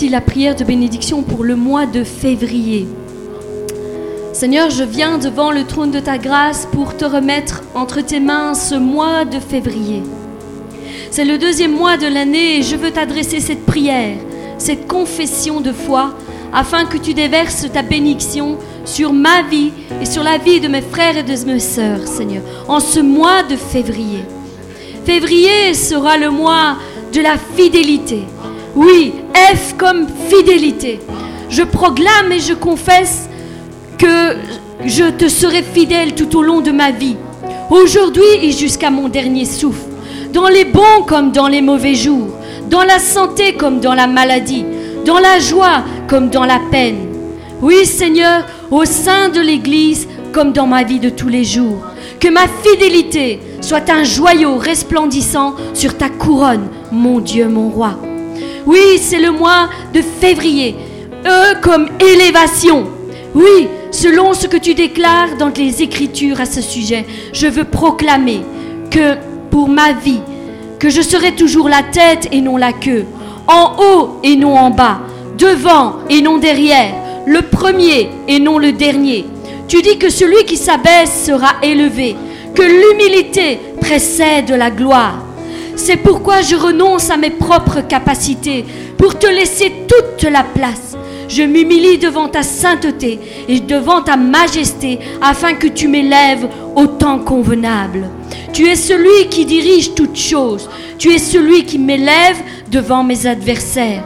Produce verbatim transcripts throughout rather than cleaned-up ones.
La prière de bénédiction pour le mois de février. Seigneur, je viens devant le trône de ta grâce pour te remettre entre tes mains ce mois de février. C'est le deuxième mois de l'année et je veux t'adresser cette prière, cette confession de foi, afin que tu déverses ta bénédiction sur ma vie et sur la vie de mes frères et de mes sœurs, Seigneur, en ce mois de février. Février sera le mois de la fidélité. Oui, F comme fidélité. Je proclame et je confesse que je te serai fidèle tout au long de ma vie, aujourd'hui et jusqu'à mon dernier souffle, dans les bons comme dans les mauvais jours, dans la santé comme dans la maladie, dans la joie comme dans la peine. Oui, Seigneur, au sein de l'Église comme dans ma vie de tous les jours, que ma fidélité soit un joyau resplendissant sur ta couronne, mon Dieu, mon roi. Oui, c'est le mois de février. E comme élévation. Oui, selon ce que tu déclares dans les Écritures à ce sujet, je veux proclamer que pour ma vie, que je serai toujours la tête et non la queue, en haut et non en bas, devant et non derrière, le premier et non le dernier. Tu dis que celui qui s'abaisse sera élevé, que l'humilité précède la gloire. C'est pourquoi je renonce à mes propres capacités pour te laisser toute la place. Je m'humilie devant ta sainteté et devant ta majesté afin que tu m'élèves au temps convenable. Tu es celui qui dirige toutes choses. Tu es celui qui m'élève devant mes adversaires.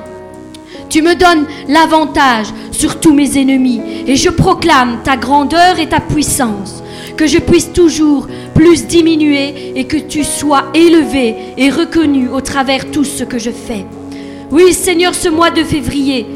Tu me donnes l'avantage sur tous mes ennemis et je proclame ta grandeur et ta puissance. Que je puisse toujours plus diminuer et que tu sois élevé et reconnu au travers tout ce que je fais. Oui, Seigneur, ce mois de février,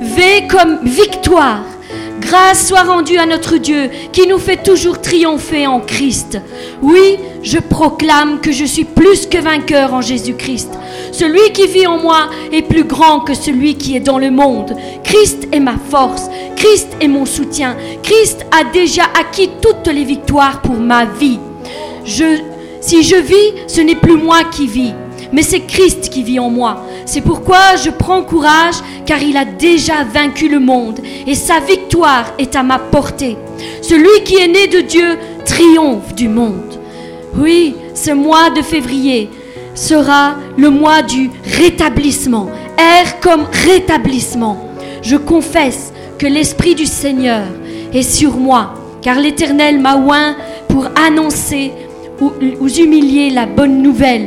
V comme victoire. Grâce soit rendue à notre Dieu qui nous fait toujours triompher en Christ. Oui, je proclame que je suis plus que vainqueur en Jésus-Christ. Celui qui vit en moi est plus grand que celui qui est dans le monde. Christ est ma force. Christ est mon soutien. Christ a déjà acquis toutes les victoires pour ma vie. Je, si je vis, ce n'est plus moi qui vis, mais c'est Christ qui vit en moi. C'est pourquoi je prends courage, car il a déjà vaincu le monde et sa victoire est à ma portée. Celui qui est né de Dieu triomphe du monde. Oui, ce mois de février sera le mois du rétablissement. R comme rétablissement. Je confesse que l'Esprit du Seigneur est sur moi, car l'Éternel m'a oint pour annoncer aux humiliés la bonne nouvelle.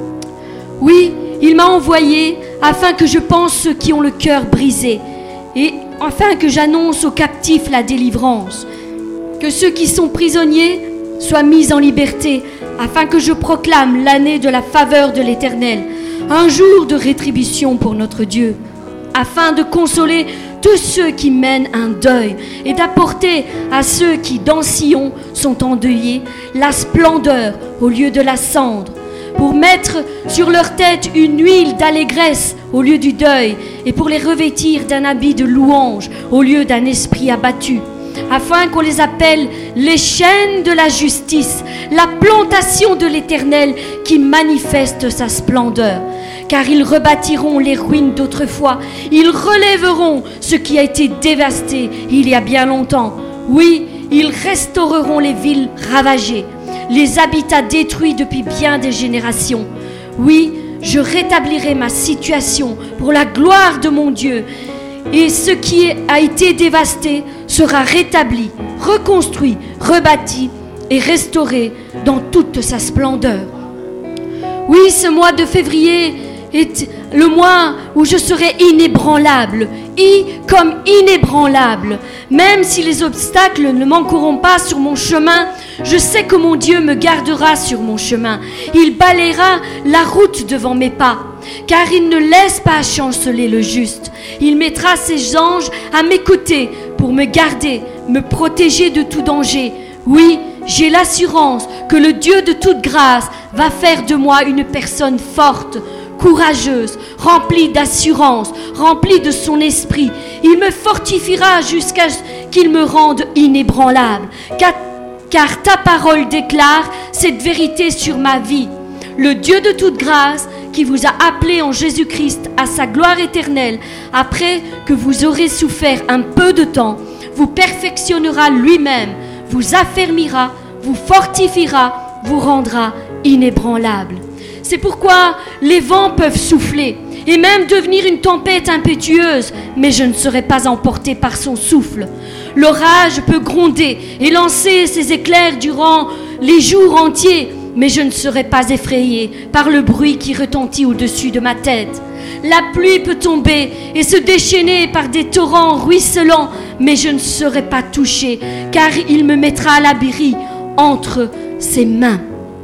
Oui, il m'a envoyé afin que je pense ceux qui ont le cœur brisé et afin que j'annonce aux captifs la délivrance, que ceux qui sont prisonniers soient mis en liberté, afin que je proclame l'année de la faveur de l'Éternel, un jour de rétribution pour notre Dieu, afin de consoler tous ceux qui mènent un deuil et d'apporter à ceux qui dans Sion sont endeuillés la splendeur au lieu de la cendre, pour mettre sur leur tête une huile d'allégresse au lieu du deuil et pour les revêtir d'un habit de louange au lieu d'un esprit abattu, afin qu'on les appelle les chaînes de la justice, la plantation de l'Éternel qui manifeste sa splendeur. Car ils rebâtiront les ruines d'autrefois, ils relèveront ce qui a été dévasté il y a bien longtemps. Oui, ils restaureront les villes ravagées, les habitats détruits depuis bien des générations. Oui, je rétablirai ma situation pour la gloire de mon Dieu, et ce qui a été dévasté sera rétabli, reconstruit, rebâti et restauré dans toute sa splendeur. Oui, ce mois de février est le mois où je serai inébranlable, I comme inébranlable. Même si les obstacles ne manqueront pas sur mon chemin, je sais que mon Dieu me gardera sur mon chemin. Il balayera la route devant mes pas, car il ne laisse pas chanceler le juste. Il mettra ses anges à mes côtés pour me garder, me protéger de tout danger. Oui, j'ai l'assurance que le Dieu de toute grâce va faire de moi une personne forte, courageuse, remplie d'assurance, remplie de son esprit. Il me fortifiera jusqu'à ce qu'il me rende inébranlable. Car, car ta parole déclare cette vérité sur ma vie. Le Dieu de toute grâce qui vous a appelé en Jésus-Christ à sa gloire éternelle, après que vous aurez souffert un peu de temps, vous perfectionnera lui-même, vous affermira, vous fortifiera, vous rendra inébranlable. C'est pourquoi les vents peuvent souffler et même devenir une tempête impétueuse, mais je ne serai pas emporté par son souffle. L'orage peut gronder et lancer ses éclairs durant les jours entiers, mais je ne serai pas effrayé par le bruit qui retentit au-dessus de ma tête. La pluie peut tomber et se déchaîner par des torrents ruisselants, mais je ne serai pas touché, car il me mettra à l'abri entre ses mains.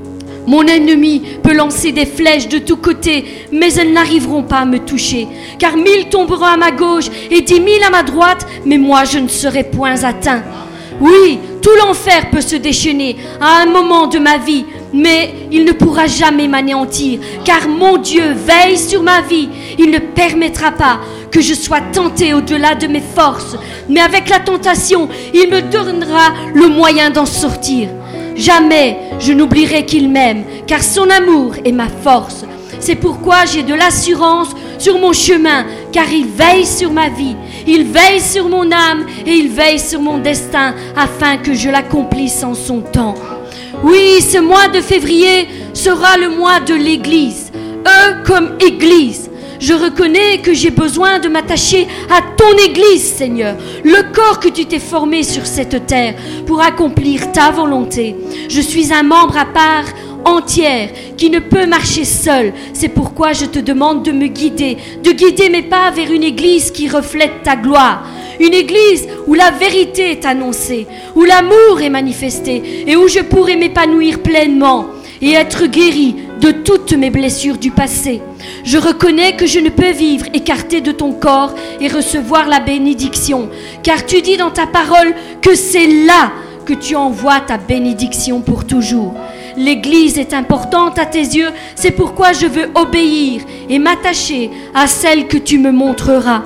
Mon ennemi peut lancer des flèches de tous côtés, mais elles n'arriveront pas à me toucher. Car mille tomberont à ma gauche et dix mille à ma droite, mais moi je ne serai point atteint. Oui, tout l'enfer peut se déchaîner à un moment de ma vie, mais il ne pourra jamais m'anéantir, car mon Dieu veille sur ma vie. Il ne permettra pas que je sois tenté au-delà de mes forces, mais avec la tentation, il me donnera le moyen d'en sortir. Jamais je n'oublierai qu'il m'aime, car son amour est ma force. C'est pourquoi j'ai de l'assurance sur mon chemin, car il veille sur ma vie, il veille sur mon âme et il veille sur mon destin, afin que je l'accomplisse en son temps. Oui, ce mois de février sera le mois de l'Église. Eux comme Église. Je reconnais que j'ai besoin de m'attacher à ton Église, Seigneur, le corps que tu t'es formé sur cette terre pour accomplir ta volonté. Je suis un membre à part entière qui ne peut marcher seul. C'est pourquoi je te demande de me guider, de guider mes pas vers une Église qui reflète ta gloire. Une Église où la vérité est annoncée, où l'amour est manifesté et où je pourrai m'épanouir pleinement et être guéri de toutes mes blessures du passé. Je reconnais que je ne peux vivre écarté de ton corps et recevoir la bénédiction, car tu dis dans ta parole que c'est là que tu envoies ta bénédiction pour toujours. L'Église est importante à tes yeux, c'est pourquoi je veux obéir et m'attacher à celle que tu me montreras.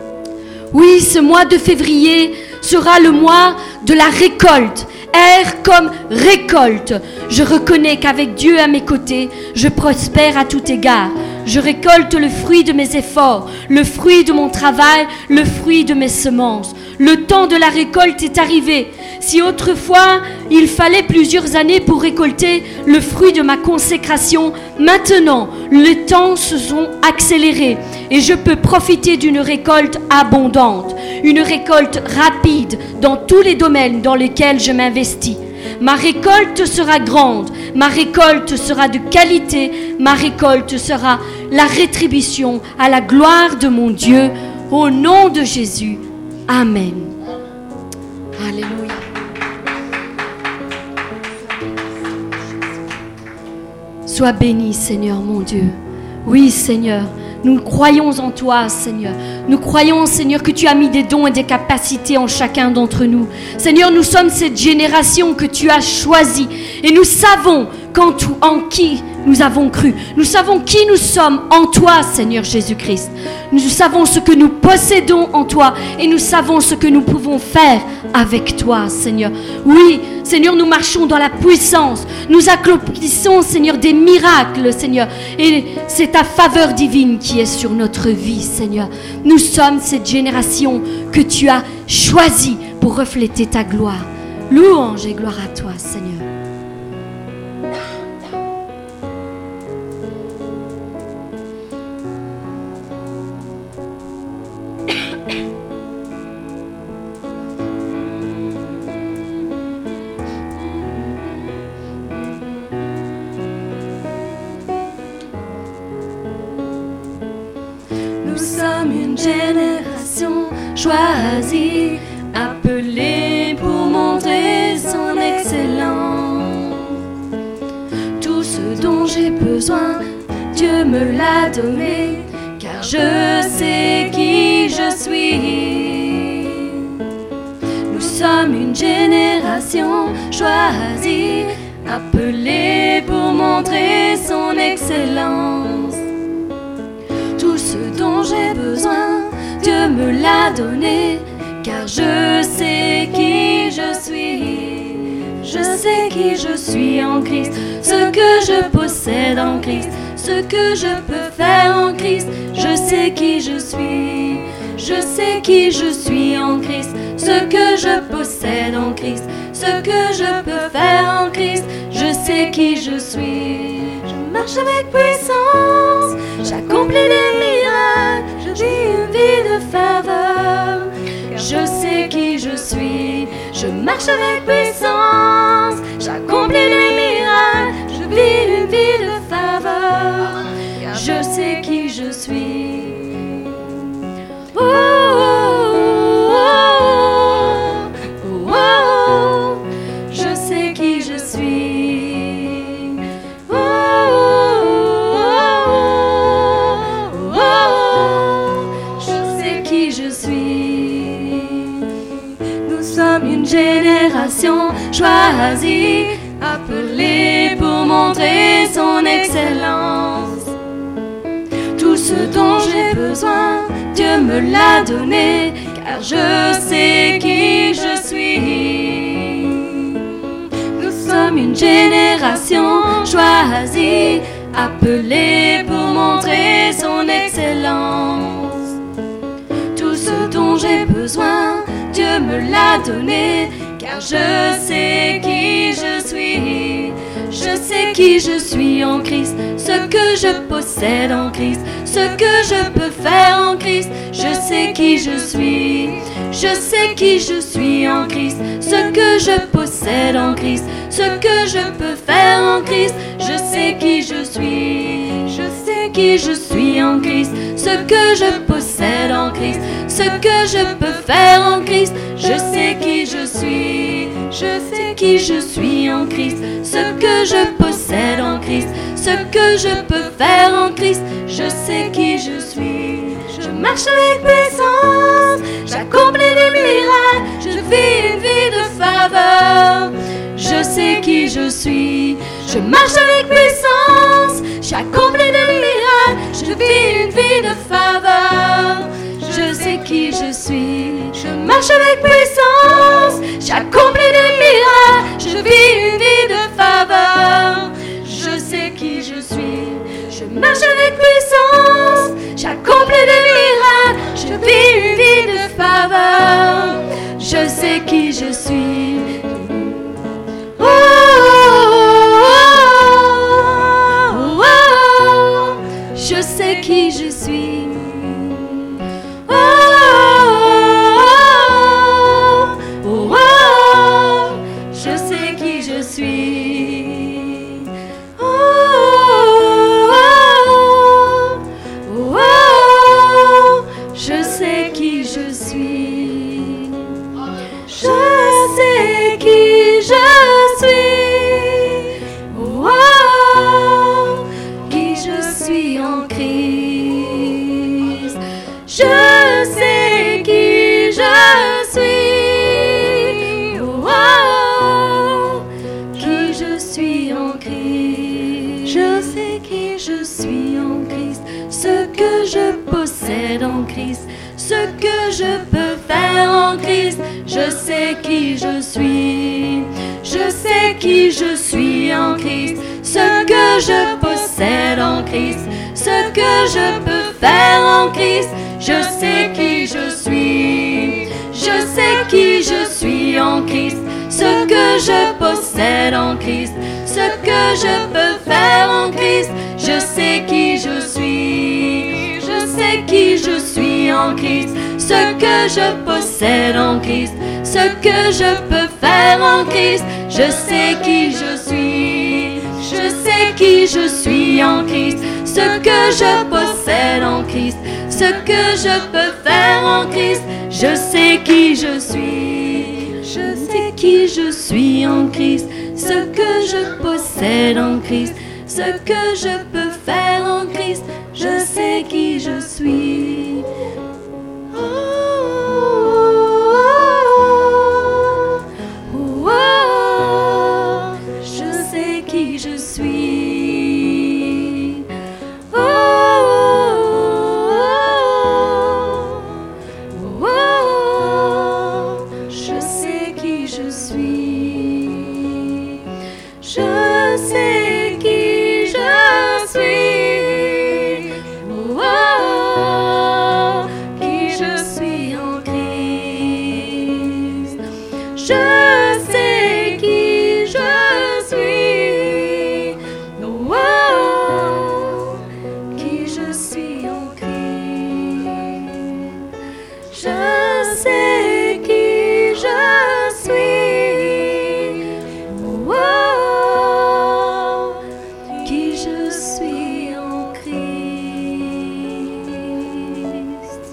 Oui, ce mois de février sera le mois de la récolte. R comme récolte. Je reconnais qu'avec Dieu à mes côtés, je prospère à tout égard. Je récolte le fruit de mes efforts, le fruit de mon travail, le fruit de mes semences. Le temps de la récolte est arrivé. Si autrefois, il fallait plusieurs années pour récolter le fruit de ma consécration, maintenant, les temps se sont accélérés et je peux profiter d'une récolte abondante, une récolte rapide dans tous les domaines dans lesquels je m'investis. Ma récolte sera grande, ma récolte sera de qualité, ma récolte sera la rétribution à la gloire de mon Dieu. Au nom de Jésus, Amen. Alléluia. Sois béni, Seigneur mon Dieu. Oui, Seigneur, nous croyons en toi, Seigneur. Nous croyons, Seigneur, que tu as mis des dons et des capacités en chacun d'entre nous. Seigneur, nous sommes cette génération que tu as choisie. Et nous savons qu'en tout, en qui nous avons cru. Nous savons qui nous sommes en toi, Seigneur Jésus-Christ. Nous savons ce que nous possédons en toi. Et nous savons ce que nous pouvons faire avec toi, Seigneur. Oui, Seigneur, nous marchons dans la puissance. Nous accomplissons, Seigneur, des miracles, Seigneur. Et c'est ta faveur divine qui est sur notre vie, Seigneur. Nous sommes cette génération que tu as choisie pour refléter ta gloire. Louange et gloire à toi, Seigneur. Nous sommes une génération choisie, appelée pour montrer son excellence. Tout ce dont j'ai besoin, Dieu me l'a donné, car je sais qui je suis. Nous sommes une génération choisie, appelée pour montrer son excellence. Tout ce dont j'ai besoin, Dieu me l'a donné, car je sais qui je suis. Je sais qui je suis en Christ, ce que je possède en Christ, ce que je peux faire en Christ. Je sais qui je suis, je sais qui je suis en Christ. Ce que je possède en Christ, ce que je peux faire en Christ. Je sais qui je suis. Je marche avec puissance, j'accomplis des miracles, je vis une vie de faveur. Je sais qui je suis, je marche avec puissance, j'accomplis des miracles, je vis une vie de faveur. Je sais qui je suis. Oh, oh, oh, oh, oh, je sais qui je suis. Oh, oh, oh, oh, je sais qui je suis. Nous sommes une génération choisie, appelée pour montrer son excellence. Tout ce dont j'ai besoin, Dieu me l'a donné, car je sais qui je suis. Nous sommes une génération choisie, appelée pour montrer son excellence. Tout ce dont j'ai besoin, Dieu me l'a donné, car je sais qui je suis. Je sais qui je suis en Christ, ce que je possède en Christ, ce que je peux faire en Christ. Je sais qui je suis, je sais qui je suis en Christ, ce que je possède en Christ, ce que je peux faire en Christ. Je sais qui je suis, je sais qui je suis en Christ, ce que je possède en Christ, ce que je peux faire en Christ. Je sais qui je suis, je sais qui je suis en Christ, ce que je possède en Christ, ce que je peux faire en Christ. Je sais qui je suis. Je marche avec puissance, j'accomplis des miracles, je vis une vie de faveur. Je sais qui je suis. Je marche avec puissance, j'accomplis des miracles, je vis une vie de faveur. Je sais qui je suis. Je marche avec puissance, j'accomplis des miracles, je vis une vie de faveur. Je sais qui je suis. Je marche avec puissance, j'accomplis des miracles, je vis une vie de faveur. Je sais qui je suis. Oh, oh, oh, oh, oh, je sais qui je suis. Oh, oh, oh, oh, je sais qui je suis. Oh, oh, oh, oh, je sais qui je suis. Je sais qui je suis. Oh, oh, qui je suis en Christ. Je sais qui je suis. Oh, oh, qui je suis en Christ. Je sais qui je suis en Christ. Ce que je possède en Christ, ce que je peux faire en Christ. Je sais qui je suis. Je sais qui je suis en Christ. Ce que je possède en Christ, ce que je peux faire en Christ. Je sais qui je suis. Je sais qui je suis en Christ. Ce que je possède en Christ, ce que je peux faire en Christ. Je sais qui je suis. Je sais qui je suis en Christ. Ce que je possède en Christ, ce que je peux faire en Christ. Je sais qui je suis. Je sais qui je suis en Christ. Ce que je possède en Christ, ce que je peux faire en Christ. Je sais qui je suis. Je sais qui je suis en Christ. Ce que je possède en Christ, ce que je peux faire en Christ. Je sais qui je suis. Oh, oh, oh, oh, je sais qui je suis. Oh, oh, oh, oh, je sais qui je suis. Je sais qui je suis. Je sais qui je suis. Oh, oh, qui je suis en Christ. Je sais qui je suis. Oh, oh, qui je suis en Christ.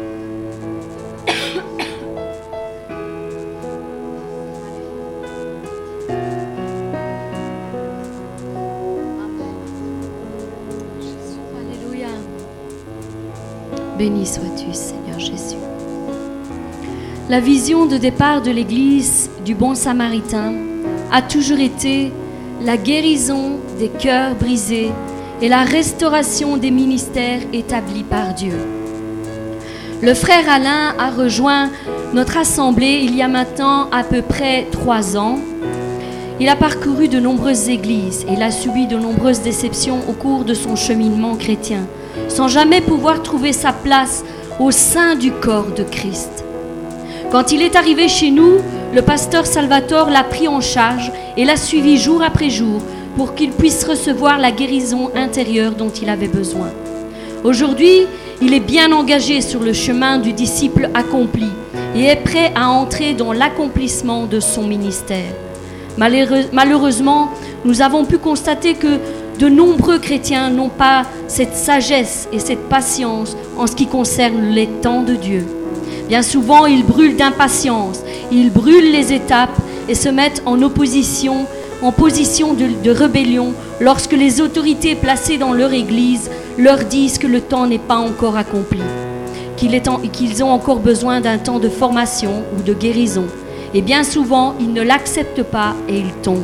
Alléluia. Béni sois-tu, Seigneur Jésus. La vision de départ de l'Église du Bon Samaritain a toujours été la guérison des cœurs brisés et la restauration des ministères établis par Dieu. Le frère Alain a rejoint notre assemblée il y a maintenant à peu près trois ans. Il a parcouru de nombreuses églises et il a subi de nombreuses déceptions au cours de son cheminement chrétien, sans jamais pouvoir trouver sa place au sein du corps de Christ. Quand il est arrivé chez nous, le pasteur Salvatore l'a pris en charge et l'a suivi jour après jour pour qu'il puisse recevoir la guérison intérieure dont il avait besoin. Aujourd'hui, il est bien engagé sur le chemin du disciple accompli et est prêt à entrer dans l'accomplissement de son ministère. Malheureusement, nous avons pu constater que de nombreux chrétiens n'ont pas cette sagesse et cette patience en ce qui concerne les temps de Dieu. Bien souvent, ils brûlent d'impatience, ils brûlent les étapes et se mettent en opposition, en position de, de rébellion lorsque les autorités placées dans leur église leur disent que le temps n'est pas encore accompli, qu'il est en, qu'ils ont encore besoin d'un temps de formation ou de guérison. Et bien souvent, ils ne l'acceptent pas et ils tombent.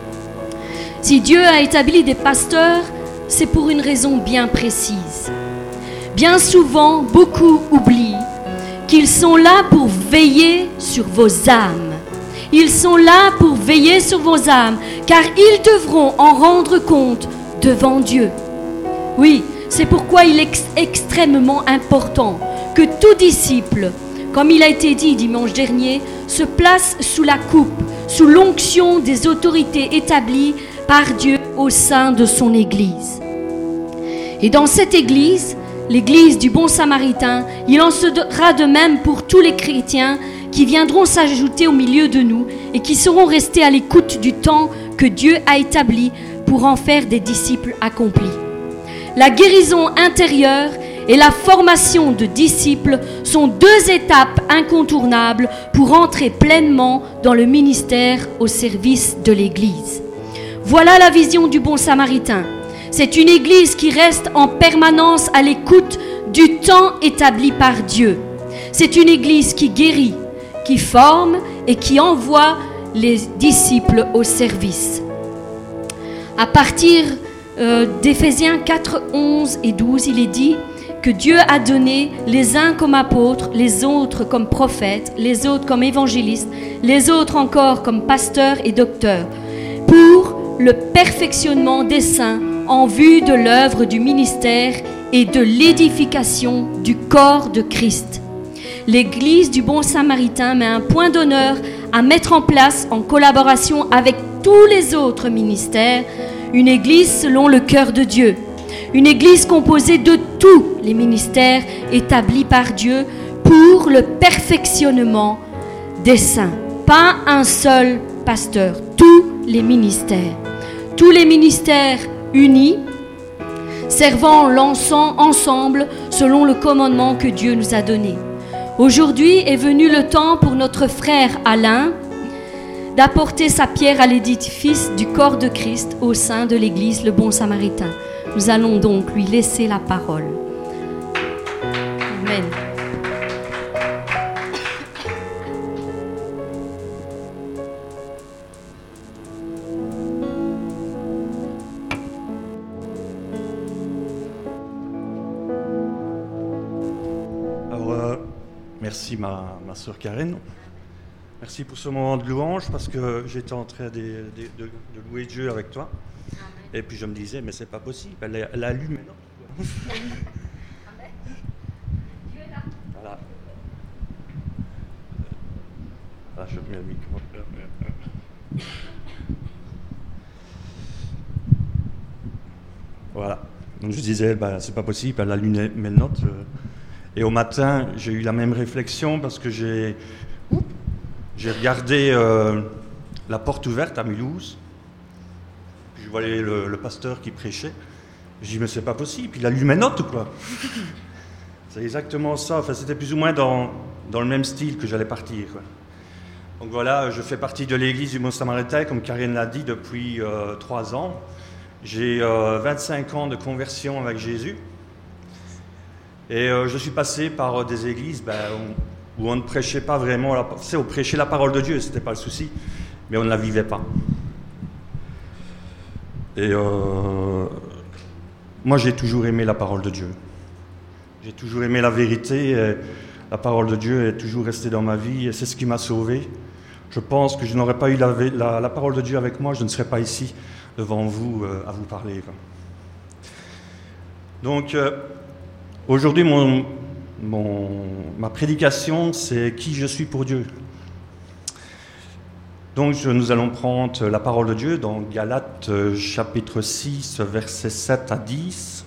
Si Dieu a établi des pasteurs, c'est pour une raison bien précise. Bien souvent, beaucoup oublient qu'ils sont là pour veiller sur vos âmes. Ils sont là pour veiller sur vos âmes, car ils devront en rendre compte devant Dieu. Oui, c'est pourquoi il est ex- extrêmement important que tout disciple, comme il a été dit dimanche dernier, se place sous la coupe, sous l'onction des autorités établies par Dieu au sein de son Église. Et dans cette Église, l'Église du Bon Samaritain, il en sera de même pour tous les chrétiens qui viendront s'ajouter au milieu de nous et qui seront restés à l'écoute du temps que Dieu a établi pour en faire des disciples accomplis. La guérison intérieure et la formation de disciples sont deux étapes incontournables pour entrer pleinement dans le ministère au service de l'Église. Voilà la vision du Bon Samaritain. C'est une Église qui reste en permanence à l'écoute du temps établi par Dieu. C'est une Église qui guérit, qui forme et qui envoie les disciples au service. À partir euh, d'Éphésiens quatre, onze et douze, il est dit que Dieu a donné les uns comme apôtres, les autres comme prophètes, les autres comme évangélistes, les autres encore comme pasteurs et docteurs, pour le perfectionnement des saints en vue de l'œuvre du ministère et de l'édification du corps de Christ. L'Église du Bon Samaritain met un point d'honneur à mettre en place, en collaboration avec tous les autres ministères, une Église selon le cœur de Dieu. Une Église composée de tous les ministères établis par Dieu pour le perfectionnement des saints. Pas un seul pasteur, tous les ministères. Tous les ministères unis, servant l'encens ensemble selon le commandement que Dieu nous a donné. Aujourd'hui est venu le temps pour notre frère Alain d'apporter sa pierre à l'édifice du corps de Christ au sein de l'Église Le Bon Samaritain. Nous allons donc lui laisser la parole. Amen. Alors, euh, merci ma, ma sœur Karen. Merci pour ce moment de louange parce que j'étais en train de, de, de, de louer Dieu avec toi. Et puis je me disais, mais c'est pas possible, elle est, elle est allumée. Voilà. Là, je mets le micro. Voilà. Donc je disais, bah, c'est pas possible, elle a lu mes notes. Et au matin, j'ai eu la même réflexion parce que j'ai, j'ai regardé euh, la porte ouverte à Mulhouse. Puis je voyais le, le pasteur qui prêchait. J'ai dit, mais c'est pas possible, il a lu mes notes ou quoi? C'est exactement ça. Enfin, c'était plus ou moins dans, dans le même style que j'allais partir, quoi. Donc voilà, je fais partie de l'église du Mont-Samaritain, comme Karine l'a dit, depuis euh, trois ans. J'ai euh, vingt-cinq ans de conversion avec Jésus. Et euh, je suis passé par euh, des églises ben, où, où on ne prêchait pas vraiment. La, c'est, on prêchait la parole de Dieu, ce n'était pas le souci, mais on ne la vivait pas. Et euh, moi, j'ai toujours aimé la parole de Dieu. J'ai toujours aimé la vérité. Et la parole de Dieu est toujours restée dans ma vie et c'est ce qui m'a sauvé. Je pense que je n'aurais pas eu la, la, la parole de Dieu avec moi, je ne serais pas ici devant vous euh, à vous parler, quoi. Donc, euh, aujourd'hui, mon, mon, ma prédication, c'est qui je suis pour Dieu. Donc, je, nous allons prendre la parole de Dieu dans Galates euh, chapitre six, versets sept à dix,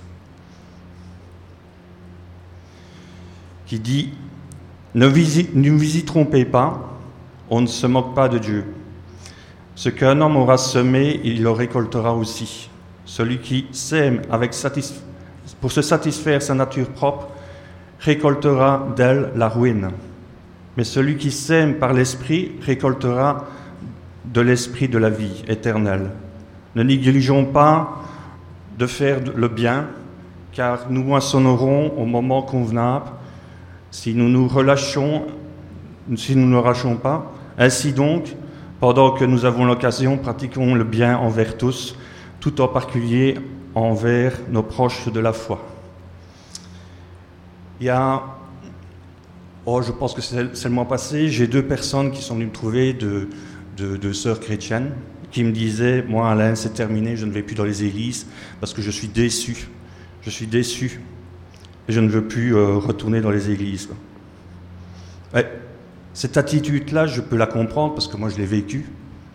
qui dit « Ne vous y trompez pas, on ne se moque pas de Dieu. Ce qu'un homme aura semé, il le récoltera aussi. Celui qui sème avec satisf- pour se satisfaire sa nature propre, récoltera d'elle la ruine. Mais celui qui sème par l'Esprit, récoltera de l'Esprit de la vie éternelle. Ne négligeons pas de faire le bien, car nous moissonnerons au moment convenable, si nous nous relâchons, si nous ne relâchons pas. Ainsi donc, pendant que nous avons l'occasion, pratiquons le bien envers tous, tout en particulier envers nos proches de la foi. Il y a, oh, je pense que c'est, c'est le mois passé, j'ai deux personnes qui sont venues me trouver, de, de, de sœurs chrétiennes, qui me disaient, moi Alain, c'est terminé, je ne vais plus dans les églises parce que je suis déçu. Je suis déçu et je ne veux plus euh, retourner dans les églises. Ouais. Cette attitude-là, je peux la comprendre parce que moi, je l'ai vécue.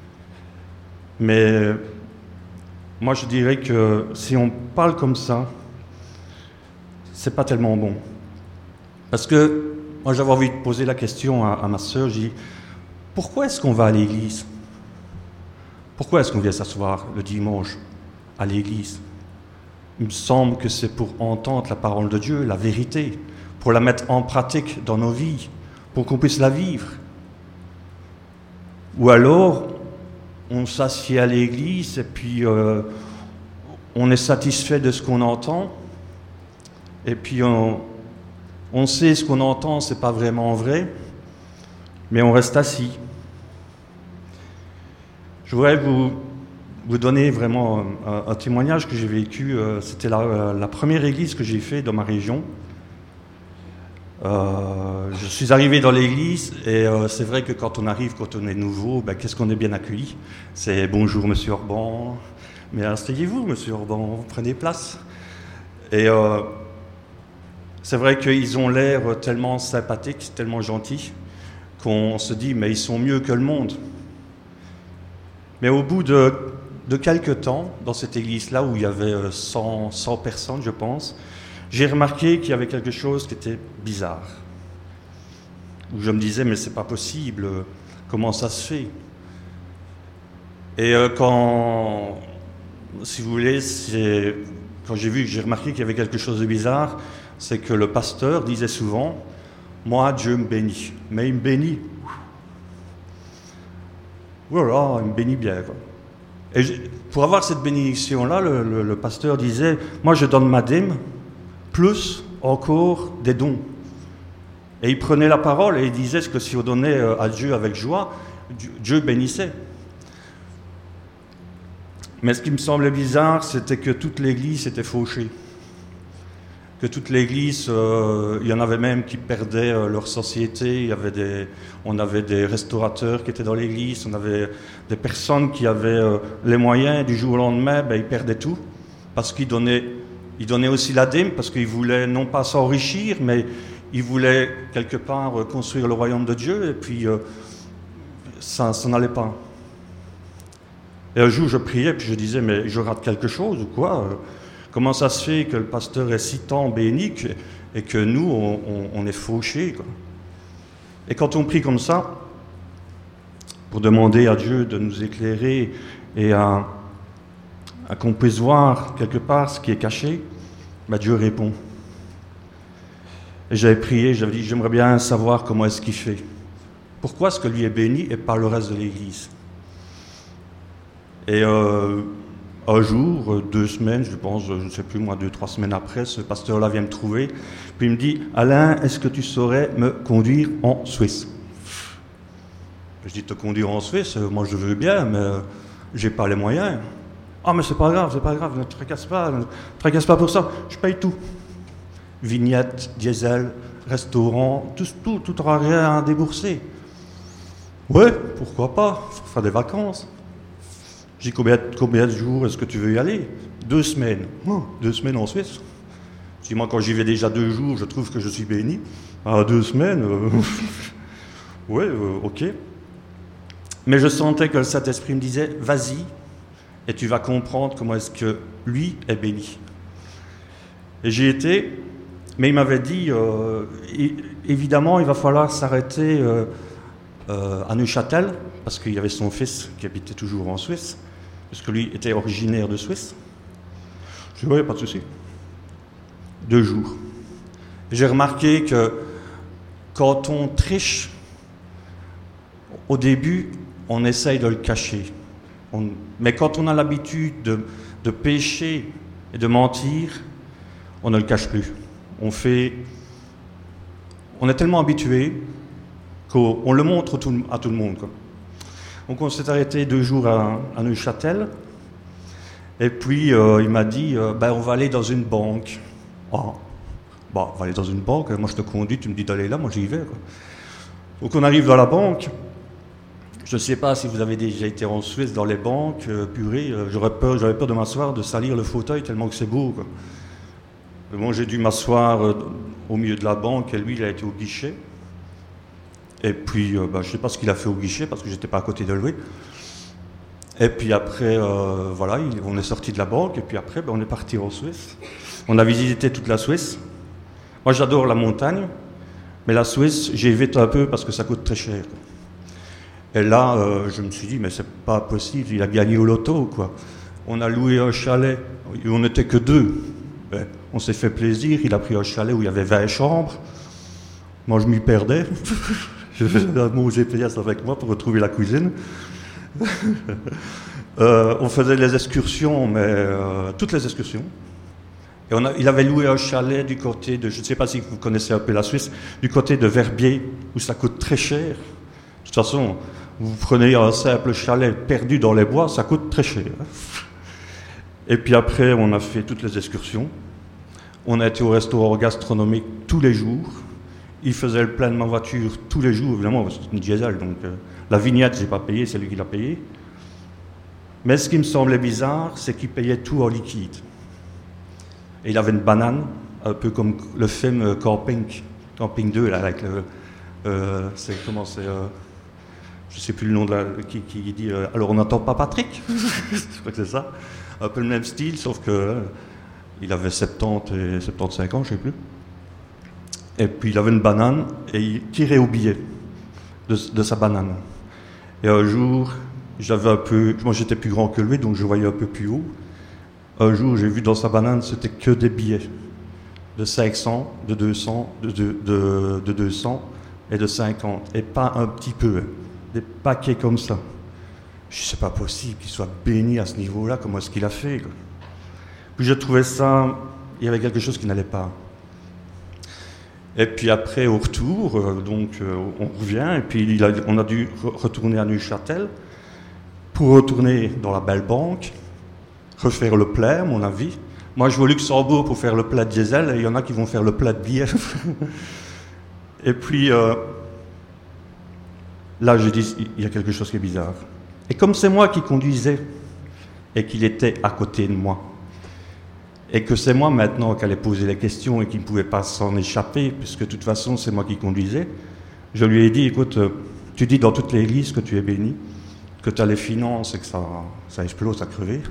Mais moi, je dirais que si on parle comme ça, c'est pas tellement bon. Parce que moi, j'avais envie de poser la question à, à ma sœur. J'ai dit, pourquoi est-ce qu'on va à l'église? Pourquoi est-ce qu'on vient s'asseoir le dimanche à l'église? Il me semble que c'est pour entendre la parole de Dieu, la vérité, pour la mettre en pratique dans nos vies, pour qu'on puisse la vivre. Ou alors, on s'assied à l'église et puis euh, on est satisfait de ce qu'on entend, et puis on, on sait ce qu'on entend, c'est pas vraiment vrai, mais on reste assis. Je voudrais vous, vous donner vraiment un, un témoignage que j'ai vécu. C'était la, la première église que j'ai faite dans ma région. Euh, je suis arrivé dans l'église et euh, c'est vrai que quand on arrive, quand on est nouveau, ben, qu'est-ce qu'on est bien accueilli? C'est bonjour monsieur Orban, mais asseyez-vous monsieur Orban, prenez place. Et euh, c'est vrai qu'ils ont l'air tellement sympathiques, tellement gentils, qu'on se dit mais ils sont mieux que le monde. Mais au bout de, de quelques temps, dans cette église-là où il y avait cent, cent personnes je pense, j'ai remarqué qu'il y avait quelque chose qui était bizarre. Où je me disais, mais c'est pas possible, comment ça se fait? Et euh, quand, si vous voulez, c'est, quand j'ai vu, j'ai remarqué qu'il y avait quelque chose de bizarre, c'est que le pasteur disait souvent, moi Dieu me bénit. Mais il me bénit. Voilà, il me bénit bien, quoi. Et je, pour avoir cette bénédiction-là, le, le, le pasteur disait, moi je donne ma dîme, plus encore des dons. Et il prenait la parole et il disait que si on donnait à Dieu avec joie, Dieu bénissait. Mais ce qui me semblait bizarre, c'était que toute l'église était fauchée. Que toute l'église, euh, il y en avait même qui perdaient euh, leur société. Il y avait des, on avait des restaurateurs qui étaient dans l'église, on avait des personnes qui avaient euh, les moyens, du jour au lendemain, ben, ils perdaient tout, parce qu'ils donnaient Il donnait aussi la dîme parce qu'il voulait non pas s'enrichir, mais il voulait quelque part construire le royaume de Dieu. Et puis, euh, ça, ça n'allait pas. Et un jour, je priais, puis je disais, mais je rate quelque chose ou quoi? Comment ça se fait que le pasteur est si tant béni que, et que nous, on, on, on est fauchés, quoi. Et quand on prie comme ça, pour demander à Dieu de nous éclairer et à, à qu'on puisse voir quelque part ce qui est caché, ben Dieu répond. Et j'avais prié, j'avais dit, j'aimerais bien savoir comment est-ce qu'il fait. Pourquoi est-ce que lui est béni et pas le reste de l'Église? Et euh, un jour, deux semaines, je pense, je ne sais plus moi, deux, trois semaines après, ce pasteur-là vient me trouver, puis il me dit, Alain, est-ce que tu saurais me conduire en Suisse? Je dis, te conduire en Suisse, moi je veux bien, mais euh, j'ai pas les moyens. Ah, mais c'est pas grave, c'est pas grave, ne te tracasse pas, ne te tracasse pas pour ça, je paye tout. Vignette, diesel, restaurant, tout, tout, tout aura rien à débourser. Ouais, pourquoi pas, ça fera des vacances. J'ai dit, combien, combien de jours est-ce que tu veux y aller? Deux semaines. Oh, deux semaines en Suisse. Je dis, moi, quand j'y vais déjà deux jours, je trouve que je suis béni. Ah, deux semaines, euh... ouais, euh, ok. Mais je sentais que le Saint-Esprit me disait, vas-y, et tu vas comprendre comment est-ce que lui est béni. Et j'y étais, mais il m'avait dit, euh, évidemment, il va falloir s'arrêter euh, euh, à Neuchâtel, parce qu'il y avait son fils qui habitait toujours en Suisse, parce que lui était originaire de Suisse. Je dis, oui, pas de souci. Deux jours. J'ai remarqué que quand on triche, au début, on essaye de le cacher. On, mais quand on a l'habitude de, de pécher et de mentir, on ne le cache plus. On fait, on est tellement habitué qu'on on le montre tout, à tout le monde, quoi. Donc on s'est arrêté deux jours à, à Neuchâtel, et puis euh, il m'a dit, euh, ben, on va aller dans une banque. Ah, bon, on va aller dans une banque, moi je te conduis, tu me dis d'aller là, moi j'y vais, quoi. Donc on arrive dans la banque. Je ne sais pas si vous avez déjà été en Suisse dans les banques, euh, purée, euh, j'aurais peur, j'avais peur de m'asseoir, de salir le fauteuil tellement que c'est beau, quoi. Bon, j'ai dû m'asseoir euh, au milieu de la banque, et lui il a été au guichet. Et puis, euh, bah, je ne sais pas ce qu'il a fait au guichet, parce que je n'étais pas à côté de lui. Et puis après, euh, voilà, il, on est sorti de la banque, et puis après, bah, on est parti en Suisse. On a visité toute la Suisse. Moi, j'adore la montagne, mais la Suisse, j'y évite un peu parce que ça coûte très cher. Et là, euh, je me suis dit, mais c'est pas possible, il a gagné au loto, quoi. On a loué un chalet, et on n'était que deux. Ben, on s'est fait plaisir, il a pris un chalet où il y avait vingt chambres. Moi, je m'y perdais. Je faisais mon G P S avec moi pour retrouver la cuisine. euh, on faisait les excursions, mais euh, toutes les excursions. Et on a, il avait loué un chalet du côté de, je ne sais pas si vous connaissez un peu la Suisse, du côté de Verbier, où ça coûte très cher. De toute façon, vous prenez un simple chalet perdu dans les bois, ça coûte très cher. Et puis après, on a fait toutes les excursions. On a été au restaurant gastronomique tous les jours. Il faisait le plein de ma voiture tous les jours, évidemment, parce que c'est une diesel, donc euh, la vignette, je n'ai pas payé, c'est lui qui l'a payé. Mais ce qui me semblait bizarre, c'est qu'il payait tout en liquide. Et il avait une banane, un peu comme le film Camping, Camping deux, là, avec le... Euh, c'est comment c'est... Euh, je ne sais plus le nom de la... Qui, qui dit euh, alors on n'entend pas Patrick. Je crois que c'est ça. Un peu le même style, sauf que euh, il avait soixante-dix et soixante-quinze ans, je ne sais plus. Et puis il avait une banane et il tirait au billet de, de sa banane. Et un jour, j'avais un peu, moi j'étais plus grand que lui, donc je voyais un peu plus haut. Un jour, j'ai vu dans sa banane, c'était que des billets de cinq cents, de deux cents, de, de, de, de deux cents et de cinquante, et pas un petit peu, hein, des paquets comme ça. Je dis, c'est pas possible qu'il soit béni à ce niveau-là, comment est-ce qu'il a fait, quoi. Puis je trouvais ça, il y avait quelque chose qui n'allait pas. Et puis après, au retour, euh, donc euh, on revient, et puis il a, on a dû re- retourner à Neuchâtel pour retourner dans la belle banque, refaire le plein, à mon avis. Moi, je vais au Luxembourg pour faire le plat de diesel, et il y en a qui vont faire le plat de bière. Et puis, euh, là, je dis, il y a quelque chose qui est bizarre. Et comme c'est moi qui conduisais, et qu'il était à côté de moi, et que c'est moi maintenant qui allais poser les questions et qui ne pouvait pas s'en échapper, puisque de toute façon c'est moi qui conduisais, je lui ai dit, écoute, Tu dis dans toute l'église que tu es béni, que tu as les finances et que ça, ça explose à crever.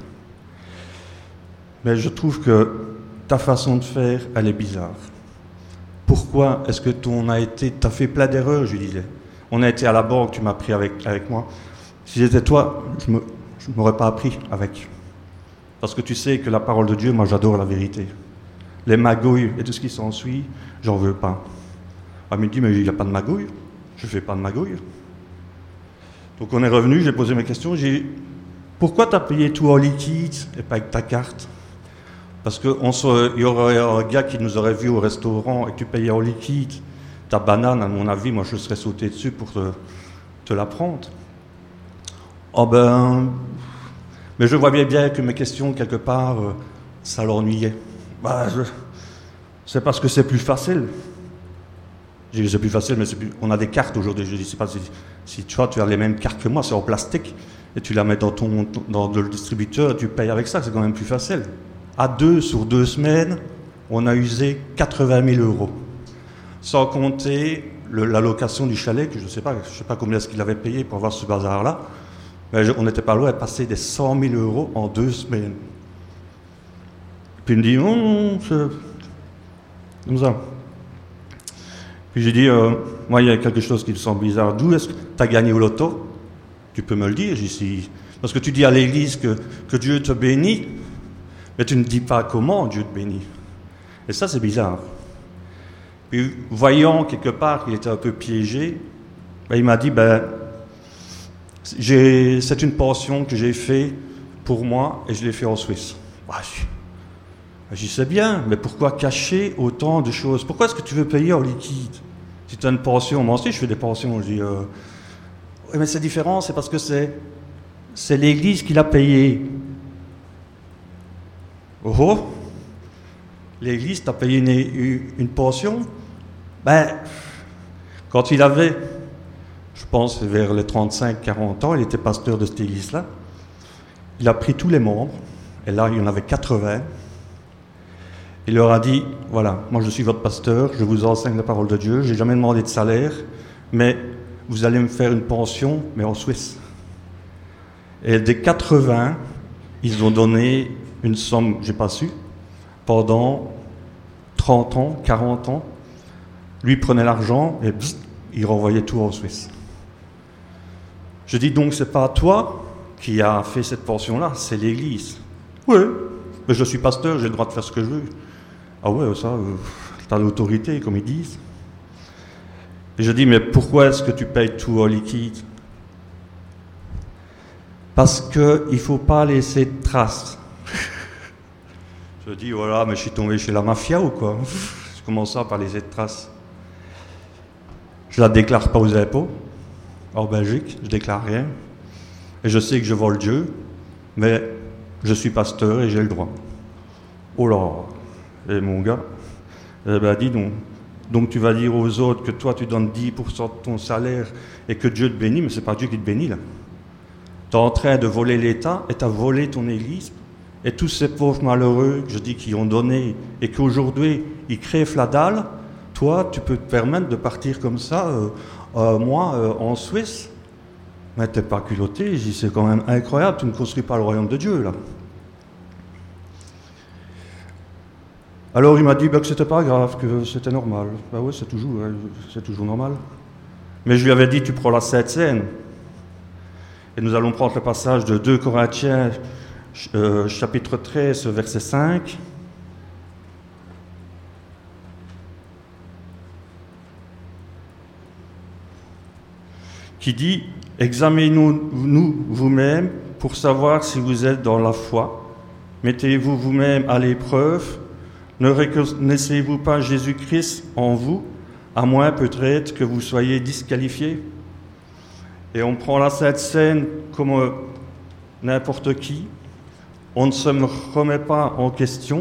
Mais je trouve que ta façon de faire, elle est bizarre. Pourquoi est-ce que tu as été, t'as fait plein d'erreurs, je lui disais. On a été à la banque, tu m'as pris avec, avec moi. Si j'étais toi, je ne m'aurais pas appris avec. Parce que tu sais que la parole de Dieu, moi j'adore la vérité. Les magouilles et tout ce qui s'ensuit, j'en veux pas. Elle me dit, mais il n'y a pas de magouille. Je ne fais pas de magouille. Donc on est revenu, j'ai posé mes questions. J'ai dit, pourquoi tu as payé tout en liquide et pas avec ta carte? Parce qu'il y aurait un gars qui nous aurait vu au restaurant et que tu payais en liquide. Ta banane, à mon avis, moi je serais sauté dessus pour te, te la prendre. Oh ben... Mais je voyais bien que mes questions, quelque part, ça l'ennuyait. Bah, je... C'est parce que c'est plus facile. J'ai dit, c'est plus facile, mais c'est plus... on a des cartes aujourd'hui. Je dis, c'est pas si, si tu vois, tu as les mêmes cartes que moi, c'est en plastique, et tu la mets dans ton dans le distributeur, et tu payes avec ça, c'est quand même plus facile. À deux, sur deux semaines, on a usé quatre-vingt mille euros. Sans compter le, la location du chalet, que je ne sais pas, je sais pas combien est-ce qu'il avait payé pour avoir ce bazar-là. Mais je, on n'était pas loin de passer des cent mille euros en deux semaines. Puis il me dit, non, non, c'est comme ça. Puis j'ai dit, euh, moi, il y a quelque chose qui me semble bizarre. D'où est-ce que tu as gagné au loto? Tu peux me le dire ici. Parce que tu dis à l'église que, que Dieu te bénit, mais tu ne dis pas comment Dieu te bénit. Et ça, c'est bizarre. Puis, voyant quelque part qu'il était un peu piégé, ben, il m'a dit, ben, j'ai, c'est une pension que j'ai faite pour moi et je l'ai fait en Suisse. Ben, je, je sais bien, mais pourquoi cacher autant de choses? Pourquoi est-ce que tu veux payer en liquide? Si tu as une pension, moi aussi je fais des pensions, je dis, euh, oui, mais c'est différent, c'est parce que c'est, c'est l'église qui l'a payé. Oh, oh, l'église t'a payé une, une pension? Ben, quand il avait, je pense vers les trente-cinq quarante ans, il était pasteur de cette église-là, il a pris tous les membres, et là il y en avait quatre-vingts, il leur a dit, voilà, moi je suis votre pasteur, je vous enseigne la parole de Dieu, je n'ai jamais demandé de salaire, mais vous allez me faire une pension, mais en Suisse. Et des quatre-vingts, ils ont donné une somme, je n'ai pas su, pendant trente ans, quarante ans. Lui prenait l'argent et bzz, il renvoyait tout en Suisse. Je dis donc, c'est pas toi qui as fait cette pension-là, c'est l'église. Oui, mais je suis pasteur, j'ai le droit de faire ce que je veux. Ah ouais, ça, euh, t'as l'autorité, comme ils disent. Et je dis, mais pourquoi est-ce que tu payes tout en liquide? Parce qu'il ne faut pas laisser de traces. Je dis, voilà, mais je suis tombé chez la mafia ou quoi? Je commence ça par laisser de traces. Je la déclare pas aux impôts. En Belgique, je déclare rien. Et je sais que je vole Dieu, mais je suis pasteur et j'ai le droit. Oh là, et mon gars, eh ben dis donc, donc tu vas dire aux autres que toi tu donnes dix pour cent de ton salaire et que Dieu te bénit, mais c'est pas Dieu qui te bénit là. Tu es en train de voler l'État et tu as volé ton église. Et tous ces pauvres malheureux, je dis, qui ont donné et qu'aujourd'hui ils crèvent la dalle, toi tu peux te permettre de partir comme ça, euh, euh, moi euh, en Suisse. Mais t'es pas culotté, je dis, c'est quand même incroyable, tu ne construis pas le royaume de Dieu là. Alors il m'a dit bah, que c'était pas grave, que c'était normal. Ben oui, c'est toujours, c'est toujours normal. Mais je lui avais dit, tu prends la Sainte Seine. Et nous allons prendre le passage de deux Corinthiens, euh, chapitre treize, verset cinq. Qui dit, examinez-nous vous-même pour savoir si vous êtes dans la foi. Mettez-vous vous-même à l'épreuve. Ne reconnaissez-vous pas Jésus-Christ en vous, à moins peut-être que vous soyez disqualifiés? Et on prend la Sainte Seine comme euh, n'importe qui. On ne se remet pas en question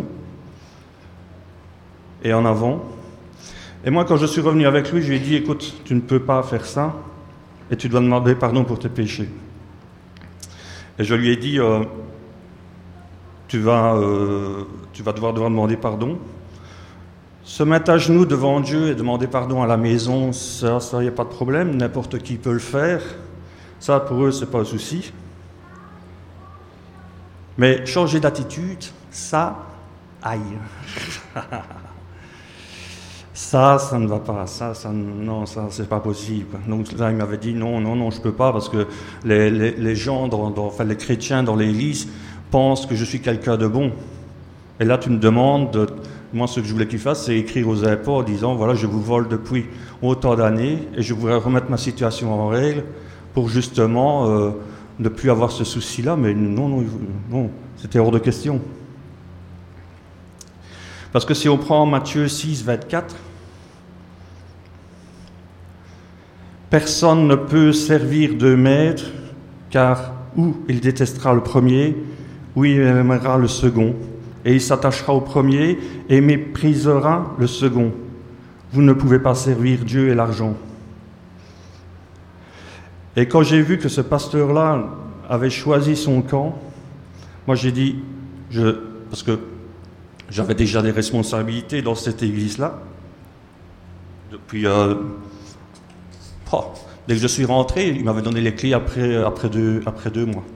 et en avant. Et moi, quand je suis revenu avec lui, je lui ai dit, écoute, tu ne peux pas faire ça et tu dois demander pardon pour tes péchés. Et je lui ai dit, euh, tu, vas, euh, tu vas devoir, devoir demander pardon. Se mettre à genoux devant Dieu et demander pardon à la maison, ça, ça, il n'y a pas de problème, n'importe qui peut le faire. Ça, pour eux, c'est pas un souci. Mais changer d'attitude, ça, aïe. Ça, ça ne va pas. Ça, ça, non, ça, c'est pas possible. Donc là, il m'avait dit non, non, non, je peux pas parce que les, les, les gens, dans, dans, enfin les chrétiens dans l'église pensent que je suis quelqu'un de bon. Et là, tu me demandes, de, moi, ce que je voulais qu'il fasse, c'est écrire aux apôtres en disant, voilà, je vous vole depuis autant d'années et je voudrais remettre ma situation en règle pour justement euh, ne plus avoir ce souci-là. Mais non, non, non, c'était hors de question. Parce que si on prend Matthieu six, vingt-quatre, personne ne peut servir deux maîtres, car ou il détestera le premier, ou il aimera le second, et il s'attachera au premier et méprisera le second. Vous ne pouvez pas servir Dieu et l'argent. Et quand j'ai vu que ce pasteur-là avait choisi son camp, moi j'ai dit, je, parce que j'avais déjà des responsabilités dans cette église-là, depuis... Euh, oh, dès que je suis rentré, il m'avait donné les clés après, après, deux, après deux mois.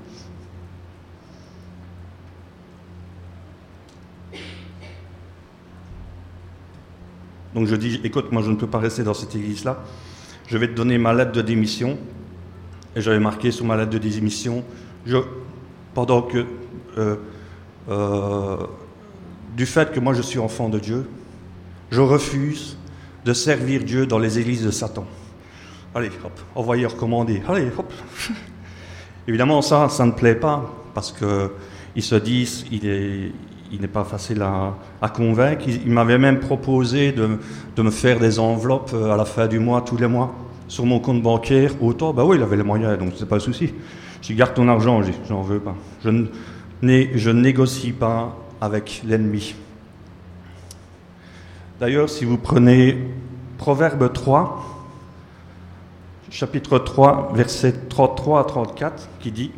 Donc je dis, écoute, moi je ne peux pas rester dans cette église-là, je vais te donner ma lettre de démission. Et j'avais marqué sur ma lettre de démission, je, pendant que, euh, euh, du fait que moi je suis enfant de Dieu, je refuse de servir Dieu dans les églises de Satan. Allez, hop, envoyé recommander. Allez, hop. Évidemment, ça, ça ne plaît pas, parce qu'ils se disent, il est, il n'est pas facile à, à convaincre. Il, il m'avait même proposé de, de me faire des enveloppes à la fin du mois, tous les mois, sur mon compte bancaire, autant. Ben oui, il avait les moyens, donc c'est pas un souci. Je garde ton argent, je j'en veux pas. Je ne je négocie pas avec l'ennemi. D'ailleurs, si vous prenez Proverbe trois, chapitre trois, versets trente-trois à trente-quatre, qui dit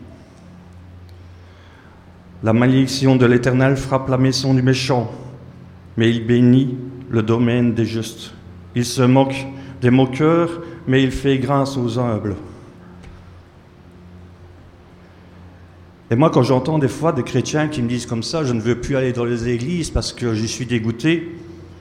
« La malédiction de l'Éternel frappe la maison du méchant, mais il bénit le domaine des justes. Il se moque des moqueurs, mais il fait grâce aux humbles. » Et moi, quand j'entends des fois des chrétiens qui me disent comme ça, je ne veux plus aller dans les églises parce que j'y suis dégoûté.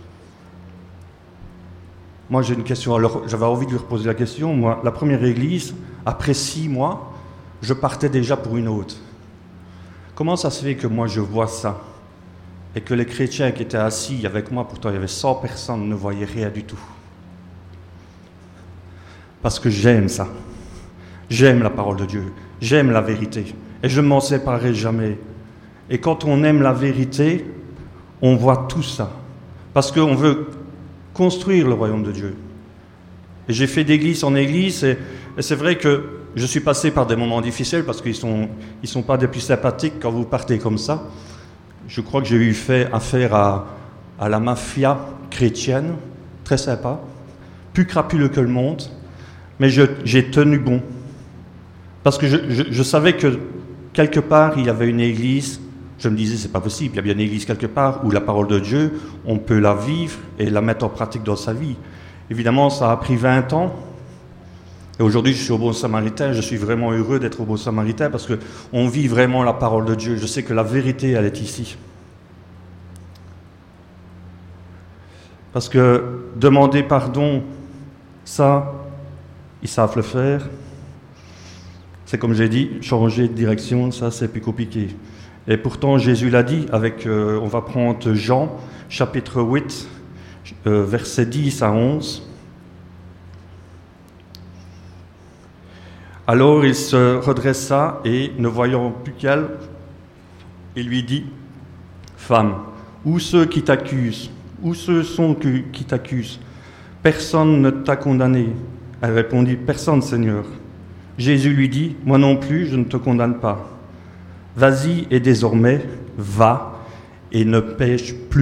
Moi, j'ai une question. Alors, j'avais envie de lui reposer la question. Moi, la première église, après six mois, je partais déjà pour une autre. Comment ça se fait que moi, je vois ça et que les chrétiens qui étaient assis avec moi, pourtant il y avait cent personnes, ne voyaient rien du tout? Parce que j'aime ça. J'aime la parole de Dieu. J'aime la vérité. Et je ne m'en séparerai jamais. Et quand on aime la vérité, on voit tout ça. Parce qu'on veut construire le royaume de Dieu. Et j'ai fait d'église en église, et, et c'est vrai que je suis passé par des moments difficiles, parce qu'ils ne sont, ils sont pas des plus sympathiques quand vous partez comme ça. Je crois que j'ai eu fait affaire à, à la mafia chrétienne, très sympa, plus crapuleux que le monde, mais je, j'ai tenu bon. Parce que je, je, je savais que quelque part, il y avait une église. Je me disais, c'est pas possible, il y a bien une église quelque part où la parole de Dieu, on peut la vivre et la mettre en pratique dans sa vie. Évidemment, ça a pris vingt ans. Et aujourd'hui, je suis au Bon Samaritain. Je suis vraiment heureux d'être au Bon Samaritain parce qu'on vit vraiment la parole de Dieu. Je sais que la vérité, elle est ici. Parce que demander pardon, ça, ils savent le faire. C'est comme j'ai dit, changer de direction, ça, c'est plus compliqué. Et pourtant, Jésus l'a dit, avec, euh, on va prendre Jean, chapitre huit, euh, versets dix à onze. Alors il se redressa et, ne voyant plus qu'elle, il lui dit, « Femme, où ceux qui t'accusent? Où ceux sont qui t'accusent? Personne ne t'a condamné. » Elle répondit, « Personne, Seigneur. » Jésus lui dit, « Moi non plus, je ne te condamne pas. Vas-y et désormais, va et ne pêche plus. »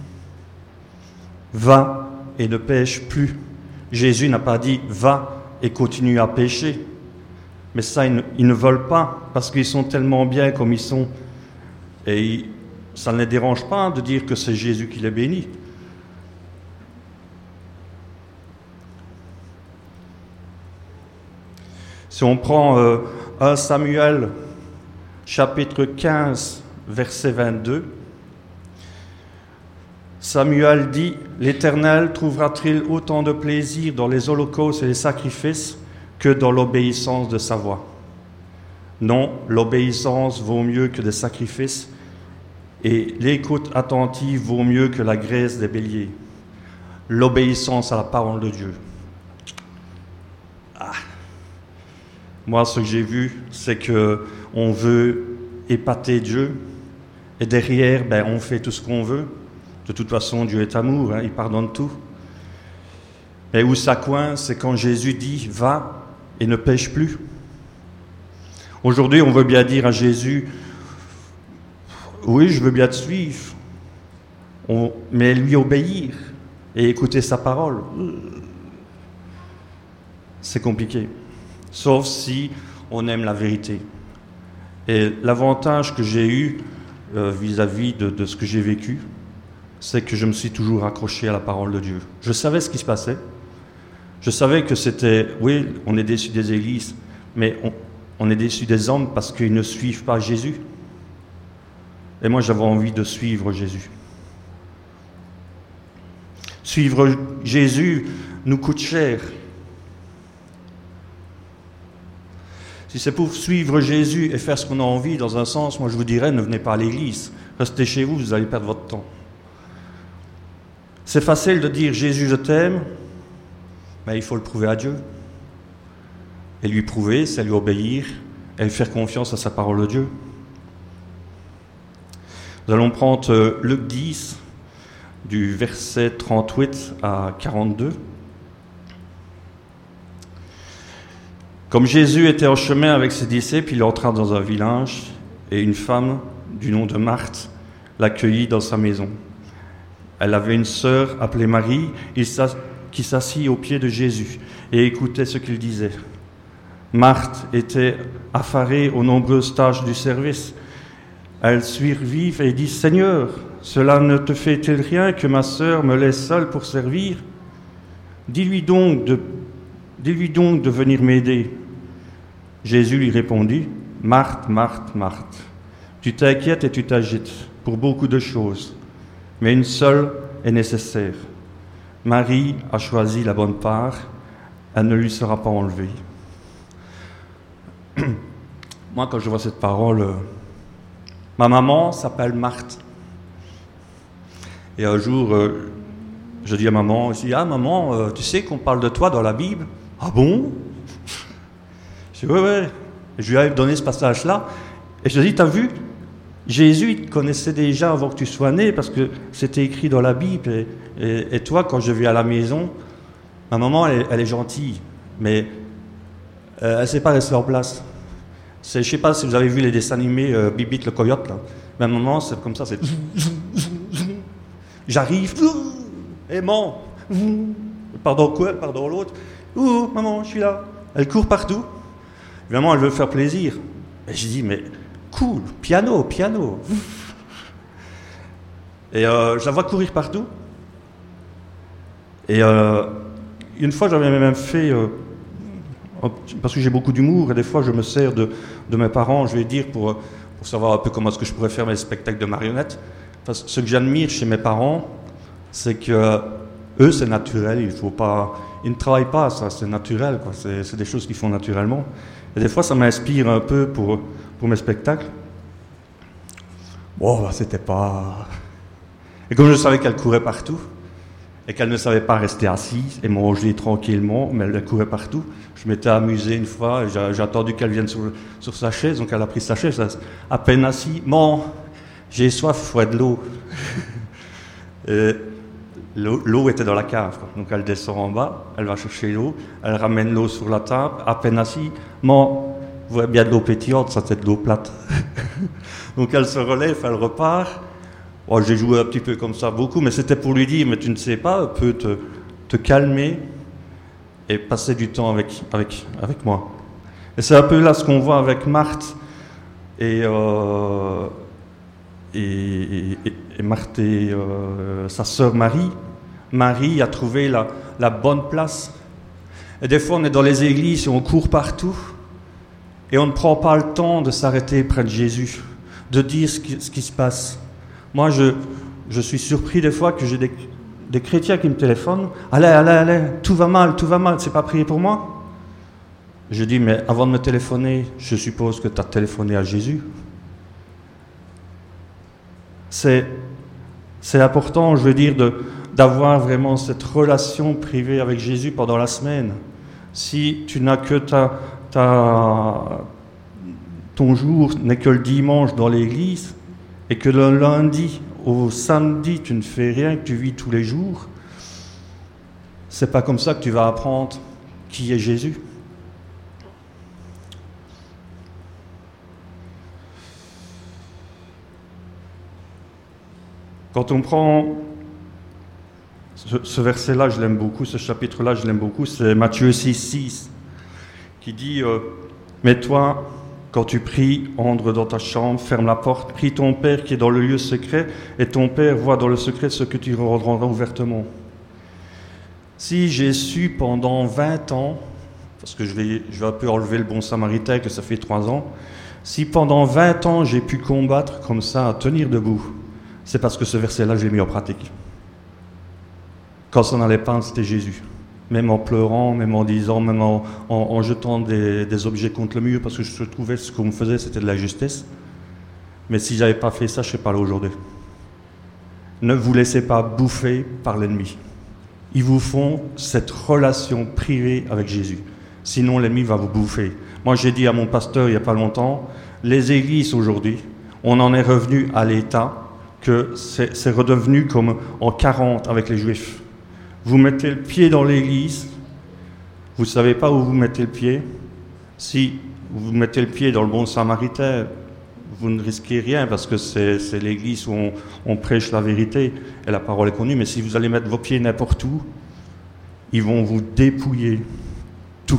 Va et ne pêche plus. Jésus n'a pas dit, « Va et continue à pécher. » Mais ça, ils ne, ils ne veulent pas, parce qu'ils sont tellement bien comme ils sont. Et ils, ça ne les dérange pas de dire que c'est Jésus qui les bénit. Si on prend euh, un Samuel, chapitre quinze, verset vingt-deux, Samuel dit « L'Éternel trouvera-t-il autant de plaisir dans les holocaustes et les sacrifices que dans l'obéissance de sa voix ?» Non, l'obéissance vaut mieux que des sacrifices et l'écoute attentive vaut mieux que la graisse des béliers. L'obéissance à la parole de Dieu. Ah. Moi, ce que j'ai vu, c'est qu'on veut épater Dieu et derrière, ben, on fait tout ce qu'on veut. De toute façon, Dieu est amour, hein, il pardonne tout. Mais où ça coince, c'est quand Jésus dit « Va et ne pêche plus ». Aujourd'hui, on veut bien dire à Jésus « Oui, je veux bien te suivre on, », mais lui obéir et écouter sa parole, c'est compliqué. Sauf si on aime la vérité. Et l'avantage que j'ai eu euh, vis-à-vis de, de ce que j'ai vécu, c'est que je me suis toujours accroché à la parole de Dieu. Je savais ce qui se passait. Je savais que c'était, oui, on est déçu des églises, mais on, on est déçu des hommes parce qu'ils ne suivent pas Jésus. Et moi, j'avais envie de suivre Jésus. Suivre Jésus nous coûte cher. Si c'est pour suivre Jésus et faire ce qu'on a envie, dans un sens, moi je vous dirais, ne venez pas à l'église. Restez chez vous, vous allez perdre votre temps. C'est facile de dire « Jésus, je t'aime », mais il faut le prouver à Dieu. Et lui prouver, c'est lui obéir et faire confiance à sa parole de Dieu. Nous allons prendre Luc dix, du verset trente-huit à quarante-deux. Comme Jésus était en chemin avec ses disciples, il entra dans un village et une femme du nom de Marthe l'accueillit dans sa maison. Elle avait une sœur appelée Marie qui s'assit aux pieds de Jésus et écoutait ce qu'il disait. Marthe était affairée aux nombreuses tâches du service. Elle survit et dit « Seigneur, cela ne te fait-il rien que ma sœur me laisse seule pour servir ? Dis-lui donc de, dis-lui donc de venir m'aider. » Jésus lui répondit « Marthe, Marthe, Marthe, tu t'inquiètes et tu t'agites pour beaucoup de choses, mais une seule est nécessaire. Marie a choisi la bonne part, elle ne lui sera pas enlevée. » Moi, quand je vois cette parole, euh, ma maman s'appelle Marthe. Et un jour, euh, je dis à maman, je dis, ah maman, euh, tu sais qu'on parle de toi dans la Bible ? Ah bon ? Je dis, ouais, ouais. Et je lui ai donné ce passage-là. Et je lui ai dit, t'as vu ? Jésus, il te connaissait déjà avant que tu sois né, parce que c'était écrit dans la Bible. Et, et, et toi, quand je vais à la maison, ma maman, elle, elle est gentille, mais euh, elle ne sait pas rester en place. C'est, je ne sais pas si vous avez vu les dessins animés euh, Bibit le coyote, là. Mais à un moment, c'est comme ça, c'est... J'arrive, et maman, pardon quoi, pardon l'autre, ouh, maman, je suis là. Elle court partout. Évidemment, elle veut faire plaisir. Et je dis, mais cool, piano, piano. Et euh, je la vois courir partout. Et euh, une fois, j'avais même fait, euh, parce que j'ai beaucoup d'humour, et des fois, je me sers de, de mes parents, je vais dire, pour, pour savoir un peu comment est-ce que je pourrais faire mes spectacles de marionnettes. Parce que ce que j'admire chez mes parents, c'est que eux, c'est naturel, il faut pas, ils ne travaillent pas, ça, c'est naturel, quoi. C'est, c'est des choses qu'ils font naturellement. Et des fois, ça m'inspire un peu pour, pour mes spectacles. Bon, bah, c'était pas... Et comme je savais qu'elle courait partout, et qu'elle ne savait pas rester assise et manger tranquillement, mais elle courait partout, je m'étais amusé une fois, et j'ai, j'ai attendu qu'elle vienne sur, sur sa chaise, donc elle a pris sa chaise, à peine assise, mon... J'ai soif, il faut de l'eau. l'eau. L'eau était dans la cave, quoi. Donc elle descend en bas, elle va chercher l'eau, elle ramène l'eau sur la table, à peine assise. Mon, vous voyez bien de l'eau pétillante, ça c'est de l'eau plate. Donc elle se relève, elle repart. Oh, j'ai joué un petit peu comme ça, beaucoup, mais c'était pour lui dire, mais tu ne sais pas, un peu te, te calmer et passer du temps avec, avec, avec moi. Et c'est un peu là ce qu'on voit avec Marthe et... Euh, Et, et, et Marthe et euh, sa sœur Marie. Marie a trouvé la, la bonne place. Et des fois, on est dans les églises et on court partout. Et on ne prend pas le temps de s'arrêter près de Jésus, de dire ce qui, ce qui se passe. Moi, je, je suis surpris des fois que j'ai des, des chrétiens qui me téléphonent. « Allez, allez, allez, tout va mal, tout va mal, c'est pas prier pour moi ?» Je dis « Mais avant de me téléphoner, je suppose que tu as téléphoné à Jésus. » C'est, c'est important, je veux dire, de, d'avoir vraiment cette relation privée avec Jésus pendant la semaine. Si tu n'as que ta, ta, ton jour n'est que le dimanche dans l'église et que le lundi au samedi tu ne fais rien, que tu vis tous les jours, c'est pas comme ça que tu vas apprendre qui est Jésus. Quand on prend ce, ce verset-là, je l'aime beaucoup, ce chapitre-là, je l'aime beaucoup, c'est Matthieu six, six, qui dit euh, « Mais toi, quand tu pries, entre dans ta chambre, ferme la porte, prie ton Père qui est dans le lieu secret, et ton Père voit dans le secret ce que tu rendras ouvertement. » Si j'ai su pendant vingt ans, parce que je vais, je vais un peu enlever le bon samaritain, que ça fait trois ans, si pendant vingt ans j'ai pu combattre comme ça, à tenir debout, c'est parce que ce verset-là, je l'ai mis en pratique. Quand ça n'allait pas, c'était Jésus. Même en pleurant, même en disant, même en, en, en jetant des, des objets contre le mur, parce que je trouvais que ce qu'on me faisait, c'était de la justesse. Mais si je n'avais pas fait ça, je ne serais pas là aujourd'hui. Ne vous laissez pas bouffer par l'ennemi. Ils vous font cette relation privée avec Jésus. Sinon, l'ennemi va vous bouffer. Moi, j'ai dit à mon pasteur il n'y a pas longtemps, les églises aujourd'hui, on en est revenu à l'état que c'est, c'est redevenu comme en quarante avec les Juifs. Vous mettez le pied dans l'église, vous ne savez pas où vous mettez le pied. Si vous mettez le pied dans le bon samaritain, vous ne risquez rien parce que c'est, c'est l'église où on, on prêche la vérité et la parole est connue. Mais si vous allez mettre vos pieds n'importe où, ils vont vous dépouiller tout.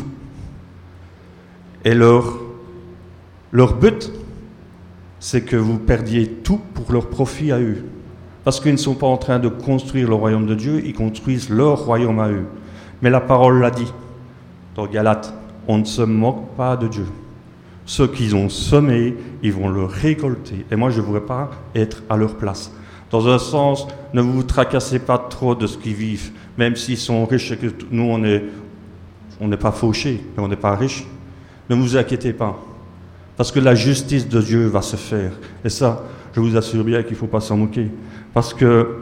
Et leur, leur but, c'est que vous perdiez tout pour leur profit à eux. Parce qu'ils ne sont pas en train de construire le royaume de Dieu, ils construisent leur royaume à eux. Mais la parole l'a dit dans Galates, on ne se moque pas de Dieu. Ce qu'ils ont semé, ils vont le récolter. Et moi, je ne voudrais pas être à leur place. Dans un sens, ne vous tracassez pas trop de ce qu'ils vivent, même s'ils sont riches et que nous, on est, on n'est pas fauchés, mais on n'est pas riches. Ne vous inquiétez pas. Parce que la justice de Dieu va se faire. Et ça, je vous assure bien qu'il ne faut pas s'en moquer. Parce que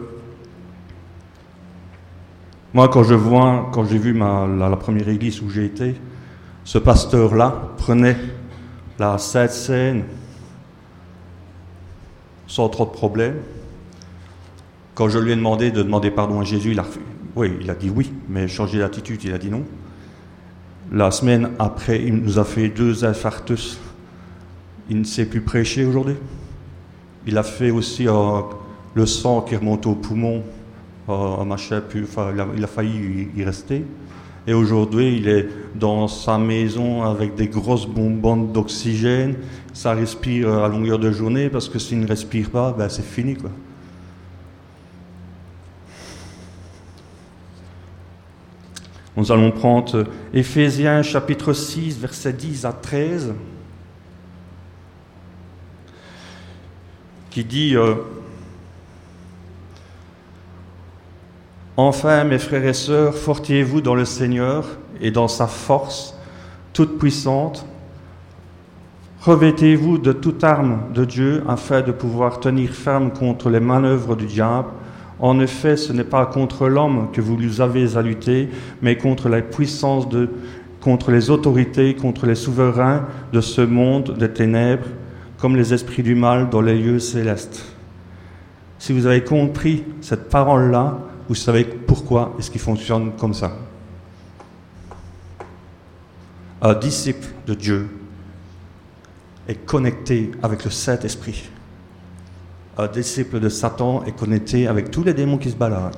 moi, quand je vois, quand j'ai vu ma, la, la première église où j'ai été, ce pasteur-là prenait la Sainte Seine sans trop de problèmes. Quand je lui ai demandé de demander pardon à Jésus, il a, oui, il a dit oui, mais changé d'attitude, il a dit non. La semaine après, il nous a fait deux infarctus. Il ne sait plus prêcher aujourd'hui. Il a fait aussi euh, le sang qui remonte au poumon, euh, un machin, plus, enfin, il, a, il a failli y, y rester. Et aujourd'hui, il est dans sa maison avec des grosses bonbonnes d'oxygène. Ça respire à longueur de journée parce que s'il ne respire pas, ben c'est fini, quoi. Nous allons prendre Éphésiens chapitre six, versets dix à treize, qui dit euh, « Enfin, mes frères et sœurs, fortifiez-vous dans le Seigneur et dans sa force toute puissante. Revêtez-vous de toute arme de Dieu afin de pouvoir tenir ferme contre les manœuvres du diable. En effet, ce n'est pas contre l'homme que vous nous avez à lutter, mais contre la puissance de, contre les autorités, contre les souverains de ce monde des ténèbres, comme les esprits du mal dans les lieux célestes. » Si vous avez compris cette parole-là, vous savez pourquoi est-ce qu'il fonctionne comme ça. Un disciple de Dieu est connecté avec le Saint-Esprit. Un disciple de Satan est connecté avec tous les démons qui se baladent.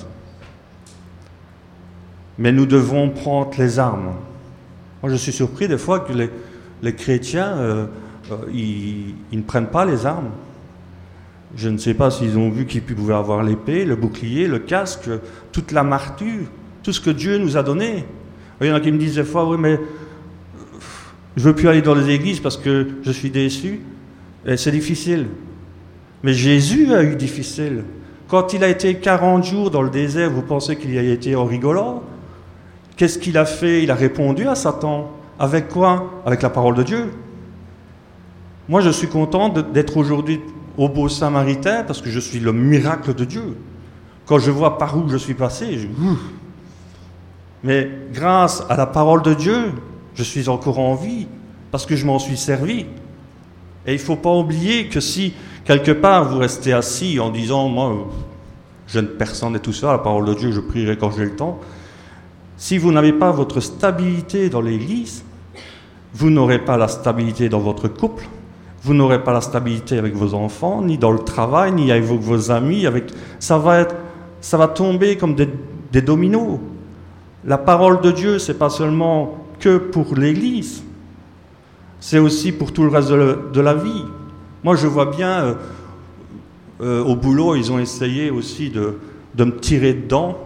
Mais nous devons prendre les armes. Moi, je suis surpris des fois que les, les chrétiens, euh, euh, ils, ils ne prennent pas les armes. Je ne sais pas s'ils ont vu qu'ils pouvaient avoir l'épée, le bouclier, le casque, toute la marture, tout ce que Dieu nous a donné. Il y en a qui me disent des fois, oui, mais je veux plus aller dans les églises parce que je suis déçu. Et c'est difficile. Mais Jésus a eu difficile. Quand il a été quarante jours dans le désert, vous pensez qu'il y a été en rigolant? Qu'est-ce qu'il a fait? Il a répondu à Satan. Avec quoi? Avec la parole de Dieu. Moi, je suis content d'être aujourd'hui au Beau Samaritain parce que je suis le miracle de Dieu. Quand je vois par où je suis passé, je... mais grâce à la parole de Dieu, je suis encore en vie parce que je m'en suis servi. Et il ne faut pas oublier que si, quelque part, vous restez assis en disant « Moi, jeune personne et tout ça, la parole de Dieu, je prierai quand j'ai le temps », si vous n'avez pas votre stabilité dans l'Église, vous n'aurez pas la stabilité dans votre couple, vous n'aurez pas la stabilité avec vos enfants, ni dans le travail, ni avec vos amis. Avec... Ça, va être... ça va tomber comme des, des dominos. La parole de Dieu, ce n'est pas seulement que pour l'Église, c'est aussi pour tout le reste de, le, de la vie. Moi, je vois bien, euh, euh, au boulot, ils ont essayé aussi de, de me tirer dedans.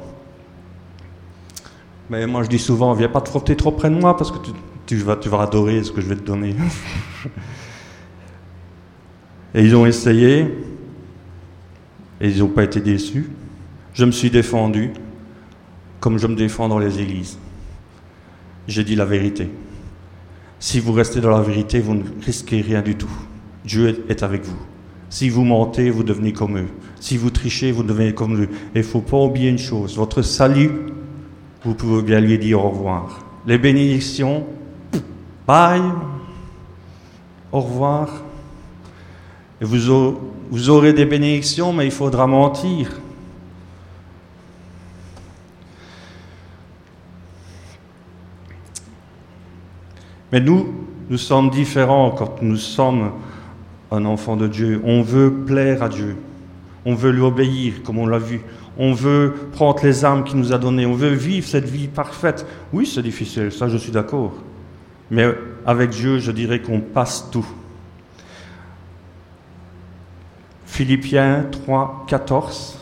Mais moi, je dis souvent, viens pas te frotter trop près de moi, parce que tu, tu, vas, tu vas adorer ce que je vais te donner. Et ils ont essayé, et ils n'ont pas été déçus. Je me suis défendu, comme je me défends dans les églises. J'ai dit la vérité. Si vous restez dans la vérité, vous ne risquez rien du tout. Dieu est avec vous. Si vous mentez, vous devenez comme eux. Si vous trichez, vous devenez comme eux. Et il ne faut pas oublier une chose, votre salut, vous pouvez bien lui dire au revoir. Les bénédictions, bye, au revoir. Et vous, aurez, vous aurez des bénédictions, mais il faudra mentir. Mais nous, nous sommes différents quand nous sommes un enfant de Dieu. On veut plaire à Dieu. On veut lui obéir, comme on l'a vu. On veut prendre les armes qu'il nous a données. On veut vivre cette vie parfaite. Oui, c'est difficile, ça je suis d'accord. Mais avec Dieu, je dirais qu'on passe tout. Philippiens trois, quatorze.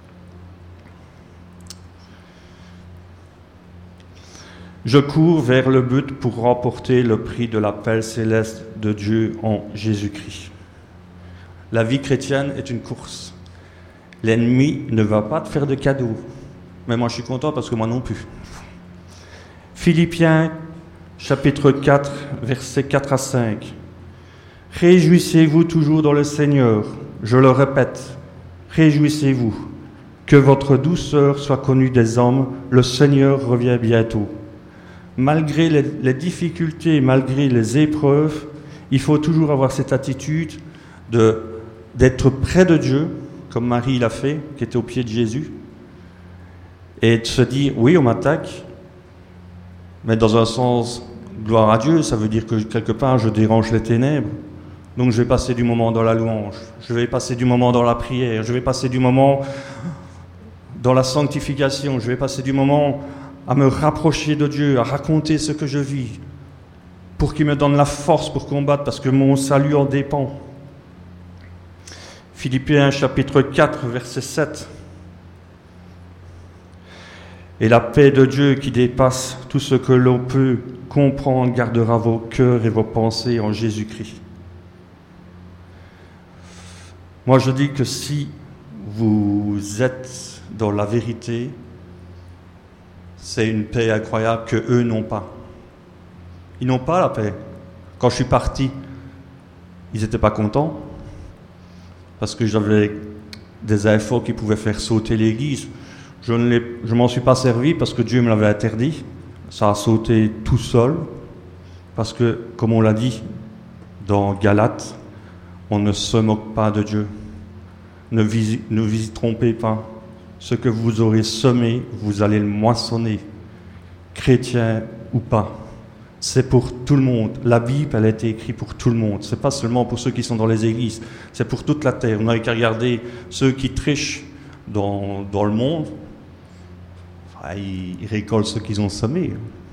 Je cours vers le but pour remporter le prix de l'appel céleste de Dieu en Jésus-Christ. La vie chrétienne est une course. L'ennemi ne va pas te faire de cadeaux. Mais moi, je suis content parce que moi non plus. Philippiens, chapitre quatre, versets quatre à cinq. Réjouissez-vous toujours dans le Seigneur. Je le répète, réjouissez-vous. Que votre douceur soit connue des hommes. Le Seigneur revient bientôt. Malgré les, les difficultés, malgré les épreuves, il faut toujours avoir cette attitude de, d'être près de Dieu, comme Marie l'a fait, qui était au pied de Jésus, et de se dire, oui, on m'attaque, mais dans un sens, gloire à Dieu, ça veut dire que quelque part, je dérange les ténèbres. Donc je vais passer du moment dans la louange, je vais passer du moment dans la prière, je vais passer du moment dans la sanctification, je vais passer du moment à me rapprocher de Dieu, à raconter ce que je vis, pour qu'il me donne la force pour combattre, parce que mon salut en dépend. Philippiens chapitre quatre, verset sept. Et la paix de Dieu qui dépasse tout ce que l'on peut comprendre gardera vos cœurs et vos pensées en Jésus-Christ. Moi je dis que si vous êtes dans la vérité, c'est une paix incroyable qu'eux n'ont pas. Ils n'ont pas la paix. Quand je suis parti, ils n'étaient pas contents parce que j'avais des infos qui pouvaient faire sauter l'église. Je ne je m'en suis pas servi parce que Dieu me l'avait interdit. Ça a sauté tout seul parce que, comme on l'a dit dans Galates, on ne se moque pas de Dieu. Ne vous, ne vous y trompez pas. Ce que vous aurez semé, vous allez le moissonner, chrétien ou pas. C'est pour tout le monde. La Bible, elle a été écrite pour tout le monde. C'est pas seulement pour ceux qui sont dans les églises, c'est pour toute la terre. On n'a qu'à regarder ceux qui trichent dans, dans le monde. Enfin, ils, ils récoltent ce qu'ils ont semé.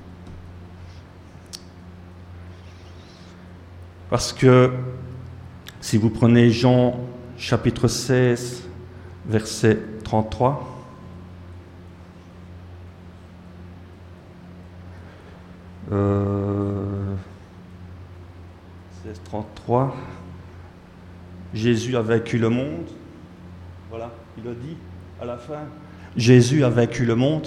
Parce que si vous prenez Jean chapitre seize, verset trente-trois. Euh, trente-trois. Jésus a vaincu le monde. Voilà, il a dit à la fin. Jésus a vaincu le monde.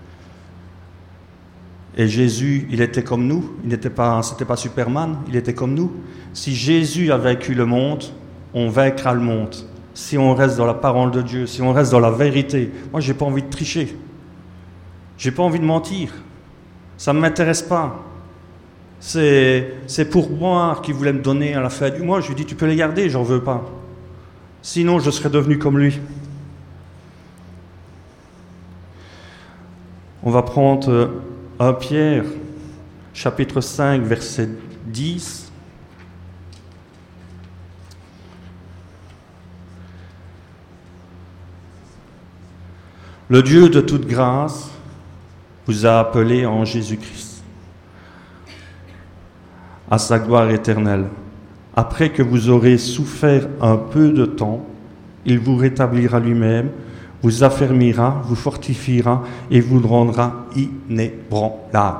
Et Jésus, il était comme nous. Il n'était pas, c'était pas Superman, il était comme nous. Si Jésus a vaincu le monde, on vaincra le monde. Si on reste dans la parole de Dieu, si on reste dans la vérité. Moi, j'ai pas envie de tricher. J'ai pas envie de mentir. Ça ne m'intéresse pas. C'est, c'est pour boire qu'il voulait me donner à la fin du mois. Je lui dis, tu peux les garder, j'en veux pas. Sinon, je serais devenu comme lui. On va prendre un Pierre, chapitre cinq, verset dix. Le Dieu de toute grâce vous a appelé en Jésus-Christ à sa gloire éternelle. Après que vous aurez souffert un peu de temps, il vous rétablira lui-même, vous affermira, vous fortifiera et vous le rendra inébranlable.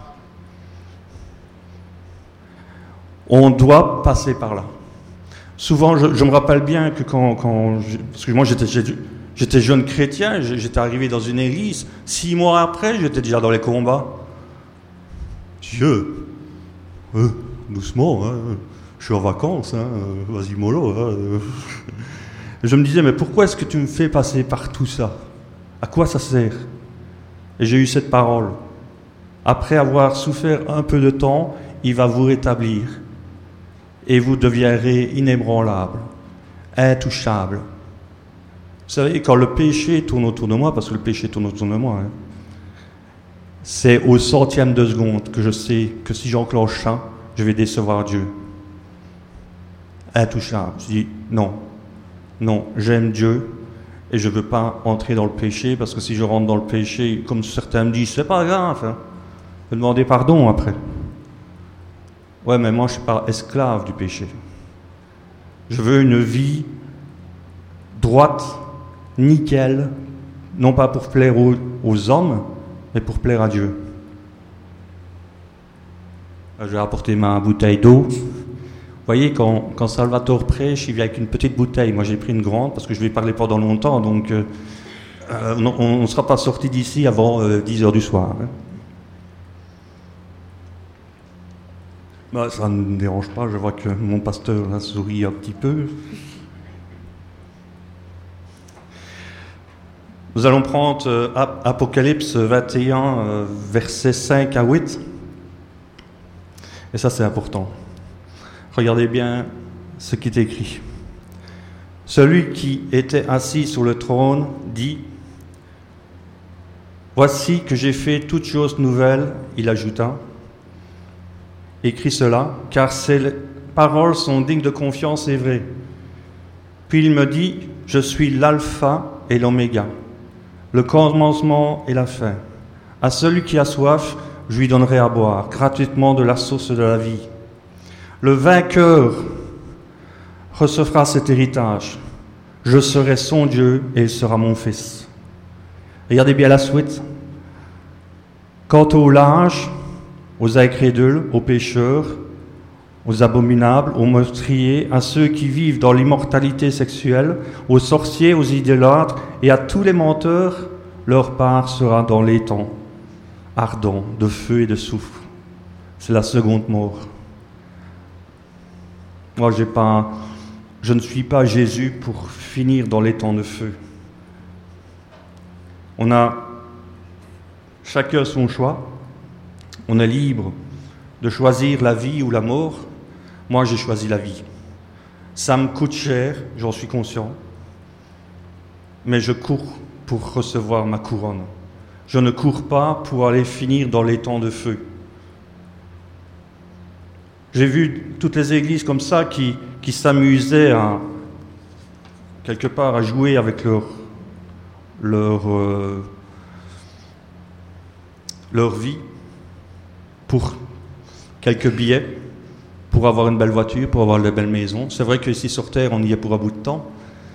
On doit passer par là. Souvent, je, je me rappelle bien que quand... quand je, parce que moi, j'étais, j'étais jeune chrétien, j'étais arrivé dans une église. Six mois après, j'étais déjà dans les combats. Dieu, euh, doucement, hein, je suis en vacances, hein, vas-y mollo. Hein. Je me disais, mais pourquoi est-ce que tu me fais passer par tout ça? À quoi ça sert? Et j'ai eu cette parole. Après avoir souffert un peu de temps, il va vous rétablir. Et vous deviendrez inébranlable, intouchable. Vous savez, quand le péché tourne autour de moi, parce que le péché tourne autour de moi, hein, c'est au centième de seconde que je sais que si j'enclenche ça, je vais décevoir Dieu. Intouchable. Je dis non. Non, j'aime Dieu et je ne veux pas entrer dans le péché parce que si je rentre dans le péché, comme certains me disent, c'est pas grave, hein, je vais demander pardon après. Ouais, mais moi je ne suis pas esclave du péché. Je veux une vie droite, nickel, non pas pour plaire aux, aux hommes, mais pour plaire à Dieu. Je vais apporter ma bouteille d'eau. Vous voyez, quand, quand Salvatore prêche, il vient avec une petite bouteille. Moi, j'ai pris une grande parce que je vais parler pendant longtemps. Donc, euh, on ne sera pas sorti d'ici avant euh, dix heures du soir. Hein. Bah, ça ne me dérange pas. Je vois que mon pasteur là, sourit un petit peu. Nous allons prendre euh, Apocalypse vingt et un, euh, versets cinq à huit. Et ça, c'est important. Regardez bien ce qui est écrit. Celui qui était assis sur le trône dit « Voici que j'ai fait toutes choses nouvelles, il ajouta. Écris cela, car ces paroles sont dignes de confiance et vraies. Puis il me dit « Je suis l'alpha et l'oméga, le commencement et la fin. À celui qui a soif, je lui donnerai à boire gratuitement de la source de la vie. Le vainqueur recevra cet héritage. Je serai son Dieu et il sera mon fils. » Regardez bien la suite. Quant aux lâches, aux incrédules, aux pécheurs, aux abominables, aux meurtriers, à ceux qui vivent dans l'immortalité sexuelle, aux sorciers, aux idolâtres et à tous les menteurs, leur part sera dans l'étang ardent de feu et de soufre. C'est la seconde mort. Moi, j'ai pas, je ne suis pas Jésus pour finir dans l'étang de feu. On a chacun son choix. On est libre de choisir la vie ou la mort. Moi, j'ai choisi la vie. Ça me coûte cher, j'en suis conscient. Mais je cours pour recevoir ma couronne. Je ne cours pas pour aller finir dans l'étang de feu. J'ai vu toutes les églises comme ça qui, qui s'amusaient à, quelque part à jouer avec leur, leur, euh, leur vie pour quelques billets, pour avoir une belle voiture, pour avoir de belles maisons. C'est vrai qu'ici sur Terre, on y est pour un bout de temps.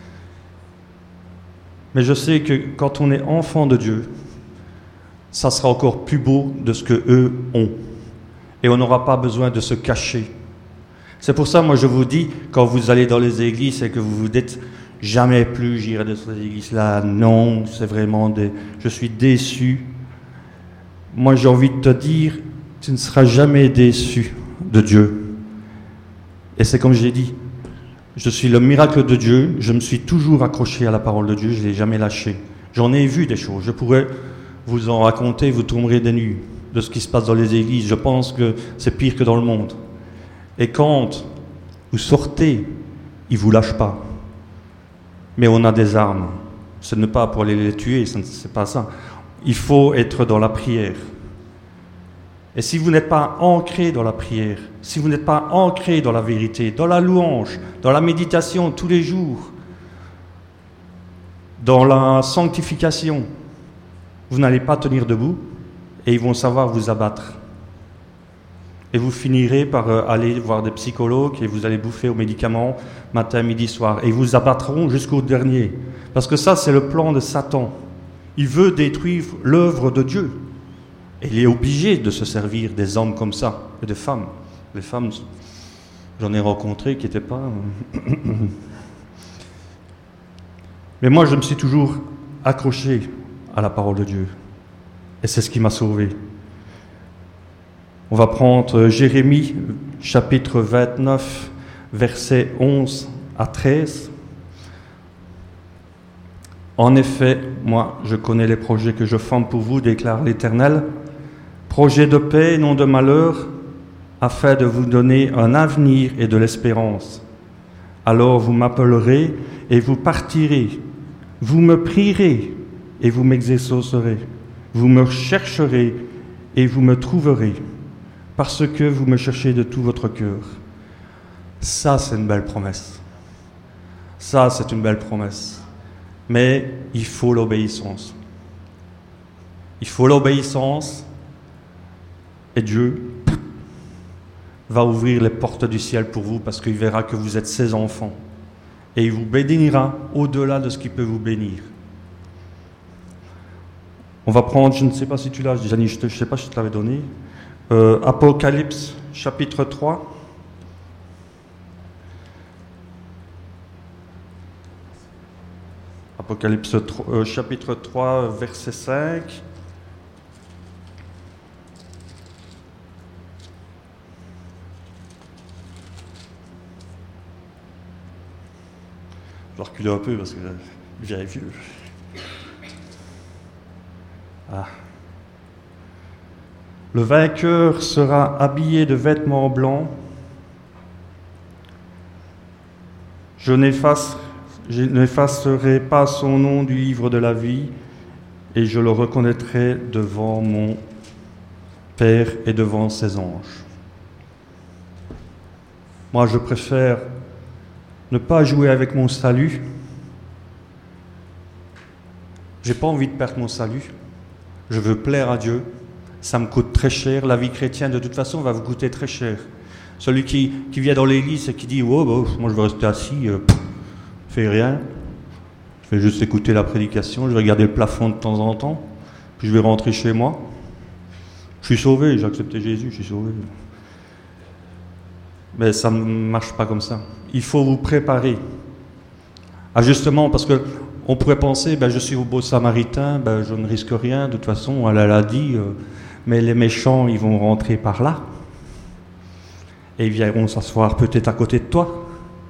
Mais je sais que quand on est enfant de Dieu, ça sera encore plus beau de ce qu'eux ont. Et on n'aura pas besoin de se cacher. C'est pour ça, moi, je vous dis, quand vous allez dans les églises et que vous vous dites « jamais plus j'irai dans cette église-là », non, c'est vraiment des... Je suis déçu. Moi, j'ai envie de te dire, tu ne seras jamais déçu de Dieu. Et c'est comme j'ai dit, je suis le miracle de Dieu, je me suis toujours accroché à la parole de Dieu, je ne l'ai jamais lâché. J'en ai vu des choses, je pourrais vous en raconter, vous tomberez des nues de ce qui se passe dans les églises. Je pense que c'est pire que dans le monde. Et quand vous sortez, ils ne vous lâchent pas. Mais on a des armes. Ce n'est pas pour aller les tuer, ce n'est pas ça. Il faut être dans la prière. Et si vous n'êtes pas ancré dans la prière, si vous n'êtes pas ancré dans la vérité, dans la louange, dans la méditation tous les jours, dans la sanctification, vous n'allez pas tenir debout et ils vont savoir vous abattre. Et vous finirez par aller voir des psychologues et vous allez bouffer aux médicaments matin, midi, soir. Et ils vous abattront jusqu'au dernier. Parce que ça, c'est le plan de Satan. Il veut détruire l'œuvre de Dieu. Et il est obligé de se servir des hommes comme ça, et des femmes. Les femmes, j'en ai rencontré qui n'étaient pas... Mais moi, je me suis toujours accroché à la parole de Dieu. Et c'est ce qui m'a sauvé. On va prendre Jérémie, chapitre vingt-neuf, versets onze à treize. En effet, moi, je connais les projets que je forme pour vous, déclare l'Éternel. Projets de paix, non de malheur, afin de vous donner un avenir et de l'espérance. Alors vous m'appellerez et vous partirez. Vous me prierez et vous m'exaucerez. Vous me chercherez et vous me trouverez. Parce que vous me cherchez de tout votre cœur. Ça, c'est une belle promesse. Ça, c'est une belle promesse. Mais il faut l'obéissance. Il faut l'obéissance et Dieu va ouvrir les portes du ciel pour vous parce qu'il verra que vous êtes ses enfants. Et il vous bénira au-delà de ce qu'il peut vous bénir. On va prendre, je ne sais pas si tu l'as, Jani, je ne sais pas si je te l'avais donné, euh, Apocalypse, chapitre trois. Apocalypse trois, euh, chapitre trois, verset cinq. Je vais reculer un peu parce que je viens vieux. Ah. Le vainqueur sera habillé de vêtements blancs. Je n'efface, je n'effacerai pas son nom du livre de la vie et je le reconnaîtrai devant mon Père et devant ses anges. Moi, je préfère ne pas jouer avec mon salut. J'ai pas envie de perdre mon salut. Je veux plaire à Dieu. Ça me coûte très cher. La vie chrétienne, de toute façon, va vous coûter très cher. Celui qui, qui vient dans l'église et qui dit oh, bah, moi je vais rester assis, euh, pff, je fais rien. Je vais juste écouter la prédication, je vais regarder le plafond de temps en temps, puis je vais rentrer chez moi. Je suis sauvé, j'ai accepté Jésus, je suis sauvé. Mais ça ne marche pas comme ça. Il faut vous préparer. Ah, justement, parce que on pourrait penser, ben, je suis au beau samaritain, ben, je ne risque rien, de toute façon, elle l'a dit, euh, mais les méchants, ils vont rentrer par là. Et ils viendront s'asseoir peut-être à côté de toi.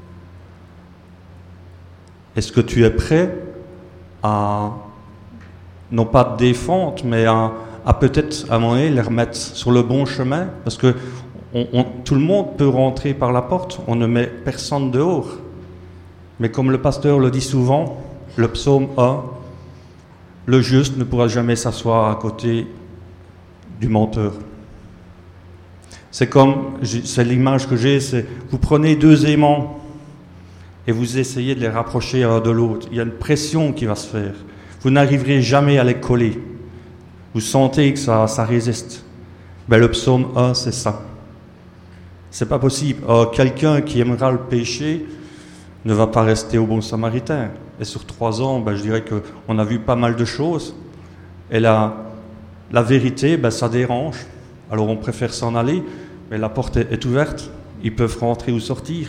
Est-ce que tu es prêt à, non pas te défendre, mais à, à peut-être, à un moment donné, les remettre sur le bon chemin? Parce que on, on, tout le monde peut rentrer par la porte, on ne met personne dehors. Mais comme le pasteur le dit souvent, le psaume un, le juste ne pourra jamais s'asseoir à côté du menteur. C'est comme, c'est l'image que j'ai, c'est vous prenez deux aimants et vous essayez de les rapprocher l'un de l'autre. Il y a une pression qui va se faire. Vous n'arriverez jamais à les coller. Vous sentez que ça, ça résiste. Ben, le psaume un, c'est ça. C'est pas possible. Euh, quelqu'un qui aimera le péché ne va pas rester au bon samaritain. Et sur trois ans, ben, je dirais qu'on a vu pas mal de choses. Et la, la vérité, ben, ça dérange. Alors on préfère s'en aller, mais la porte est, est ouverte. ils peuvent rentrer ou sortir.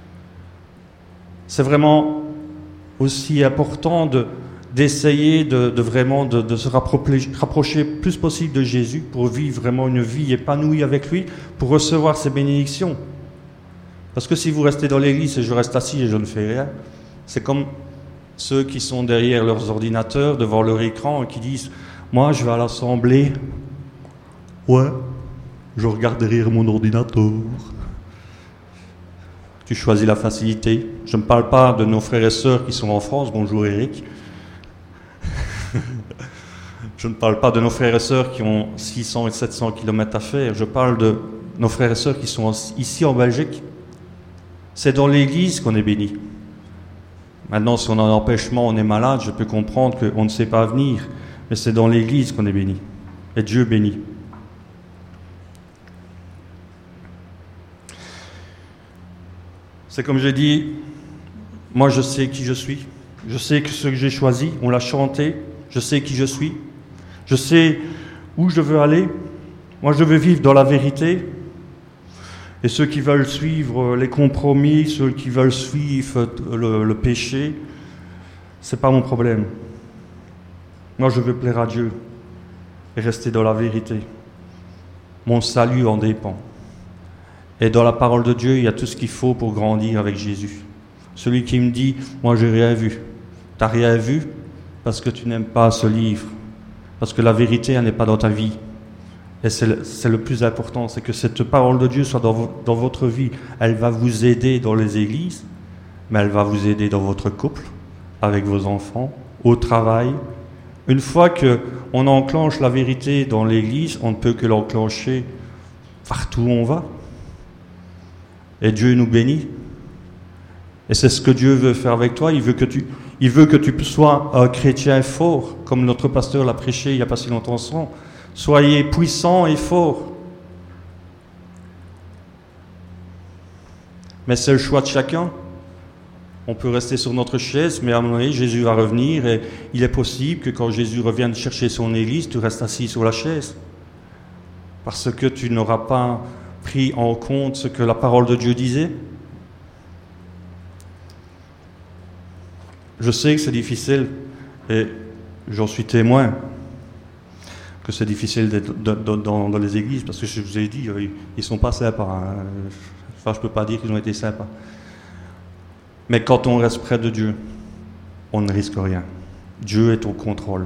C'est vraiment aussi important de, d'essayer de, de vraiment de, de se rapprocher, rapprocher le plus possible de Jésus pour vivre vraiment une vie épanouie avec lui, pour recevoir ses bénédictions. Parce que si vous restez dans l'église et je reste assis et je ne fais rien, c'est comme ceux qui sont derrière leurs ordinateurs, devant leur écran, et qui disent « Moi, je vais à l'assemblée. Ouais, je regarde derrière mon ordinateur. » Tu choisis la facilité. Je ne parle pas de nos frères et sœurs qui sont en France. Bonjour Eric. Je ne parle pas de nos frères et sœurs qui ont six cents et sept cents kilomètres à faire. Je parle de nos frères et sœurs qui sont ici en Belgique. C'est dans l'église qu'on est béni. Maintenant, si on a un empêchement, on est malade, je peux comprendre qu'on ne sait pas venir. Mais c'est dans l'église qu'on est béni. Et Dieu bénit. C'est comme je dis, moi je sais qui je suis. Je sais que ce que j'ai choisi, on l'a chanté. Je sais qui je suis. Je sais où je veux aller. Moi je veux vivre dans la vérité. Et ceux qui veulent suivre les compromis, ceux qui veulent suivre le, le péché, c'est pas mon problème. Moi, je veux plaire à Dieu et rester dans la vérité. Mon salut en dépend. Et dans la parole de Dieu, il y a tout ce qu'il faut pour grandir avec Jésus. Celui qui me dit, moi, j'ai rien vu. T'as rien vu parce que tu n'aimes pas ce livre. Parce que la vérité, elle n'est pas dans ta vie. Et c'est le, c'est le plus important, c'est que cette parole de Dieu soit dans, vo- dans votre vie. Elle va vous aider dans les églises, mais elle va vous aider dans votre couple, avec vos enfants, au travail. Une fois qu'on enclenche la vérité dans l'église, on ne peut que l'enclencher partout où on va. Et Dieu nous bénit. Et c'est ce que Dieu veut faire avec toi. Il veut que tu, il veut que tu sois un chrétien fort, comme notre pasteur l'a prêché il n'y a pas si longtemps ensemble. Soyez puissants et forts. Mais c'est le choix de chacun. On peut rester sur notre chaise, mais à un moment donné, Jésus va revenir et il est possible que quand Jésus revienne chercher son église, tu restes assis sur la chaise. Parce que tu n'auras pas pris en compte ce que la parole de Dieu disait. Je sais que c'est difficile et j'en suis témoin. Que c'est difficile d'être dans, dans, dans les églises, parce que je vous ai dit, ils ne sont pas sympas. Hein. Enfin, je ne peux pas dire qu'ils ont été sympas. Mais quand on reste près de Dieu, on ne risque rien. Dieu est au contrôle.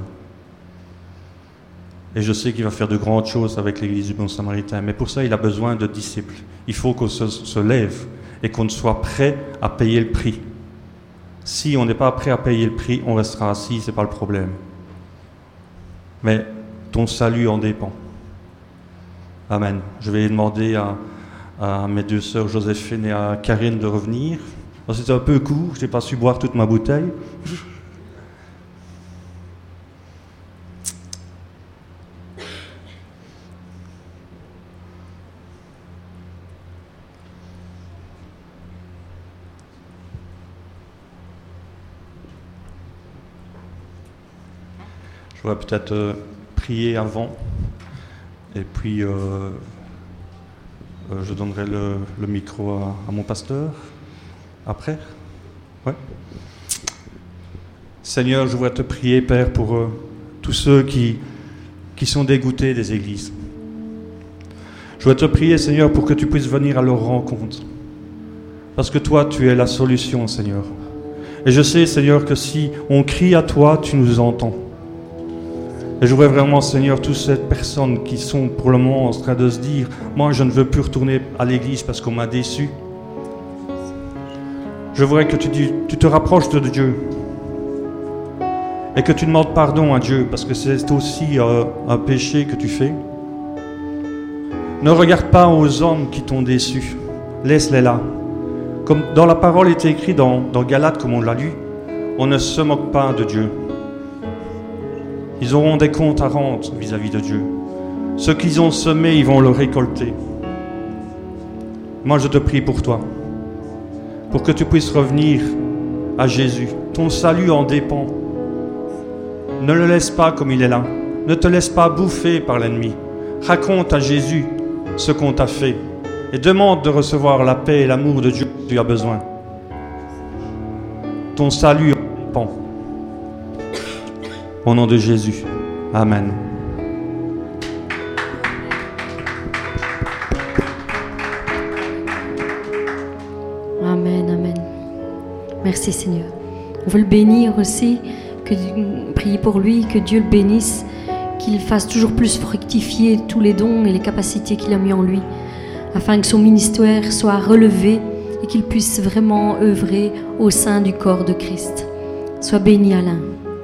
Et je sais qu'il va faire de grandes choses avec l'église du Bon Samaritain, mais pour ça, il a besoin de disciples. Il faut qu'on se, se lève et qu'on soit prêt à payer le prix. Si on n'est pas prêt à payer le prix, on restera assis, ce n'est pas le problème. Mais ton salut en dépend. Amen. Je vais demander à, à mes deux sœurs Joséphine et à Karine de revenir. C'était un peu court, je n'ai pas su boire toute ma bouteille. Je voudrais peut-être euh, prier avant, et puis euh, euh, je donnerai le, le micro à, à mon pasteur après. Ouais. Seigneur, je voudrais te prier, Père, pour euh, tous ceux qui, qui sont dégoûtés des églises. Je voudrais te prier, Seigneur, pour que tu puisses venir à leur rencontre. Parce que toi, tu es la solution, Seigneur. Et je sais, Seigneur, que si on crie à toi, tu nous entends. Et je voudrais vraiment, Seigneur, toutes ces personnes qui sont pour le moment en train de se dire « Moi, je ne veux plus retourner à l'église parce qu'on m'a déçu. » Je voudrais que tu, tu te rapproches de Dieu et que tu demandes pardon à Dieu parce que c'est aussi euh, un péché que tu fais. Ne regarde pas aux hommes qui t'ont déçu. Laisse-les là. Comme dans la parole est écrit dans, dans Galates, comme on l'a lu, on ne se moque pas de Dieu. Ils auront des comptes à rendre vis-à-vis de Dieu. Ce qu'ils ont semé, ils vont le récolter. Moi, je te prie pour toi, pour que tu puisses revenir à Jésus. Ton salut en dépend. Ne le laisse pas comme il est là. Ne te laisse pas bouffer par l'ennemi. Raconte à Jésus ce qu'on t'a fait et demande de recevoir la paix et l'amour de Dieu dont tu as besoin. Ton salut en dépend. Au nom de Jésus. Amen. Amen, amen. Merci Seigneur. On veut le bénir aussi, que, prier pour lui, que Dieu le bénisse, qu'il fasse toujours plus fructifier tous les dons et les capacités qu'il a mis en lui, afin que son ministère soit relevé et qu'il puisse vraiment œuvrer au sein du corps de Christ. Sois béni, Alain.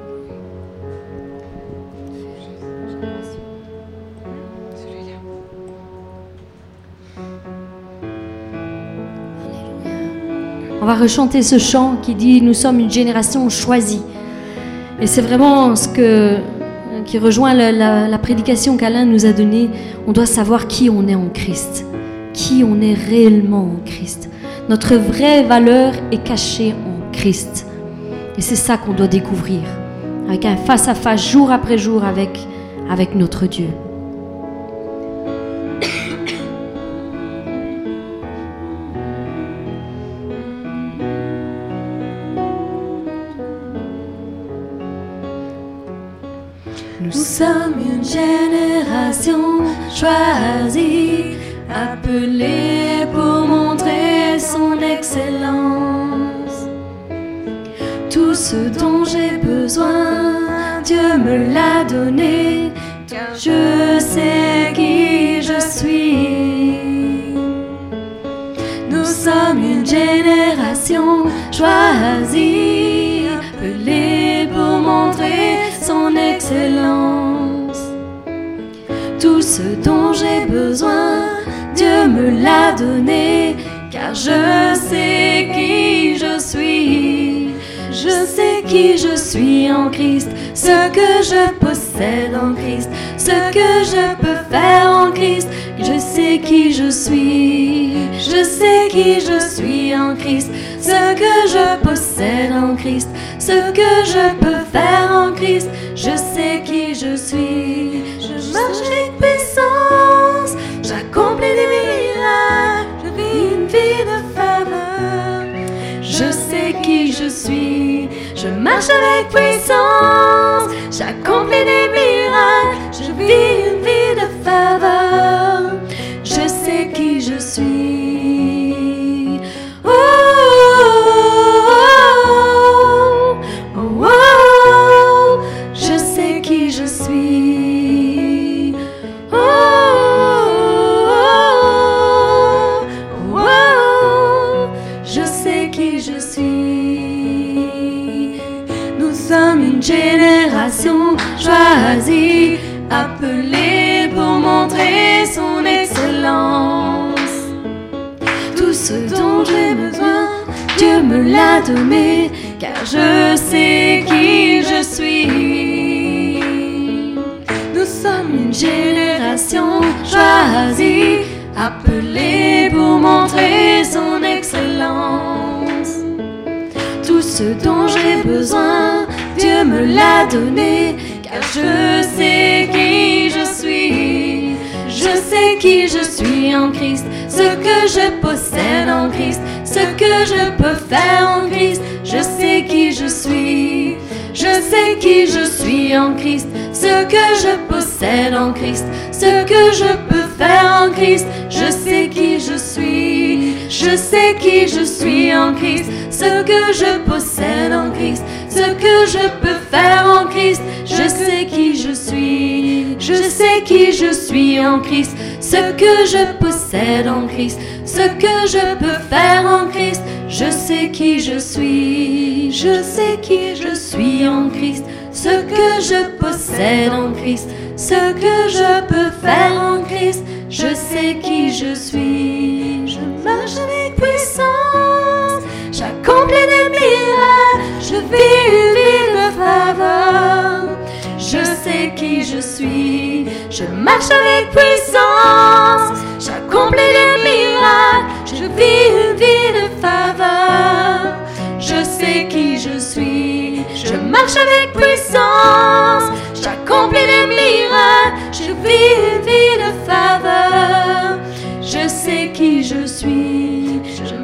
On va rechanter ce chant qui dit « Nous sommes une génération choisie ». Et c'est vraiment ce que, qui rejoint la, la, la prédication qu'Alain nous a donnée. On doit savoir qui on est en Christ, qui on est réellement en Christ. Notre vraie valeur est cachée en Christ. Et c'est ça qu'on doit découvrir, avec un face-à-face, jour après jour, avec, avec notre Dieu. Nous sommes une génération choisie, appelée pour montrer son excellence. Tout ce dont j'ai besoin, Dieu me l'a donné, car je sais qui je suis. Nous sommes une génération choisie, appelée pour montrer son excellence. Tout ce dont j'ai besoin, Dieu me l'a donné, car je sais qui je suis. Je sais qui je suis en Christ, ce que je possède en Christ, ce que je peux faire en Christ. Je sais qui je suis, je sais qui je suis en Christ, ce que je possède en Christ, ce que je peux faire en Christ. Je sais qui je suis, je marche avec puissance, j'accomplis des miracles, je vis une vie de faveur. Je sais qui je suis, je marche avec puissance, j'accomplis des miracles, je vis une vie de faveur. Je sais qui je suis. Oh, oh, oh, oh, oh. Je sais qui je suis. Oh, oh, oh, oh. Je sais qui je suis. Nous sommes une génération choisie, appelée pour montrer son excellence. Tout ce dont j'ai besoin, Dieu me l'a donné, car je sais qui je suis. Nous sommes une génération choisie, appelée pour montrer son excellence. Tout ce dont j'ai besoin, Dieu me l'a donné, car je sais qui je suis. Je sais qui je suis en Christ, ce que je possède en Christ, ce que je peux faire en Christ. Je sais qui je suis, je sais qui je suis en Christ, ce que je possède en Christ, ce que je peux faire en Christ. Je sais qui je suis, je sais qui je suis en Christ, ce que je possède en Christ, ce que je peux faire en Christ. Je sais qui je suis, je sais qui je suis en Christ, ce que je possède en Christ, ce que je peux faire en Christ. Je sais qui je suis, je sais qui je suis en Christ, ce que je possède en Christ, ce que je peux faire en Christ. Je sais qui je suis, je marche avec puissance, j'accomplis des miracles, je vis une vie de faveur. Je sais qui je suis, je marche avec puissance, j'accomplis des miracles, je vis une vie de faveur. Je sais qui je suis, je marche avec puissance, j'accomplis des miracles, je vis une vie de faveur. Je sais qui je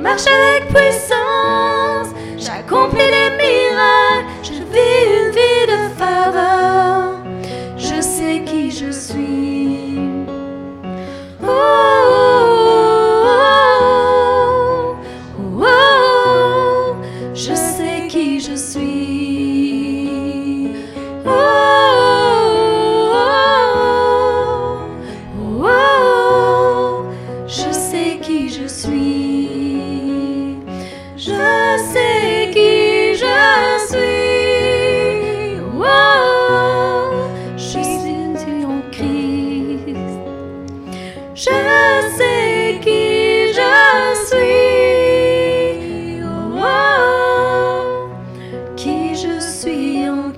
marche avec puissance, j'accomplis des miracles, je vis une vie de faveur. Je sais qui je suis. Oh, oh, oh, oh, oh, je sais qui je suis. Oh, oh, oh, oh, je sais qui je suis. Je sais qui je suis. Oh, je suis en Christ. Je sais qui je suis. Oh, qui je suis en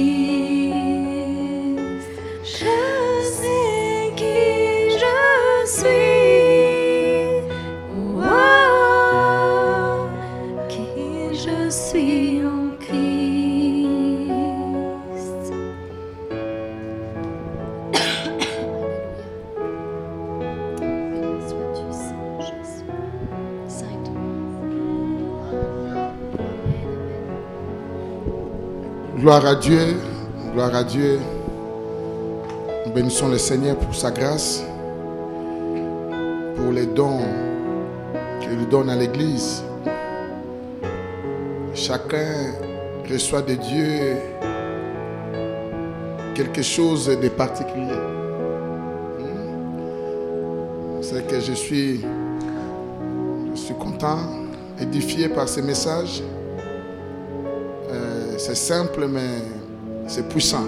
Christ. Je sais qui je suis. Oh, qui je suis en Christ. Béni sois-tu, Saint Jésus. Saint toi. Gloire à Dieu, gloire à Dieu. Nous bénissons le Seigneur pour sa grâce, pour les dons qu'il lui donne à l'Église. Chacun reçoit de Dieu quelque chose de particulier. C'est que je suis, je suis content, édifié par ces messages. Euh, c'est simple, mais c'est puissant.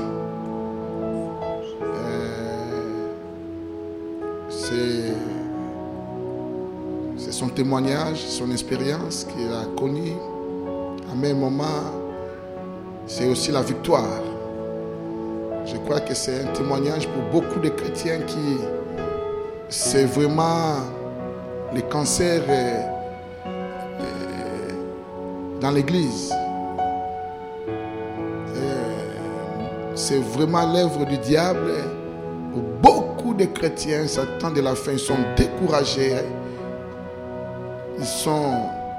Euh, c'est, c'est son témoignage, son expérience qu'il a connue. À même moment, c'est aussi la victoire. Je crois que c'est un témoignage pour beaucoup de chrétiens qui, c'est vraiment le cancer euh, euh, dans l'Église. C'est vraiment l'œuvre du diable. Où beaucoup de chrétiens, à ce temps de la fin, ils sont découragés. Ils sont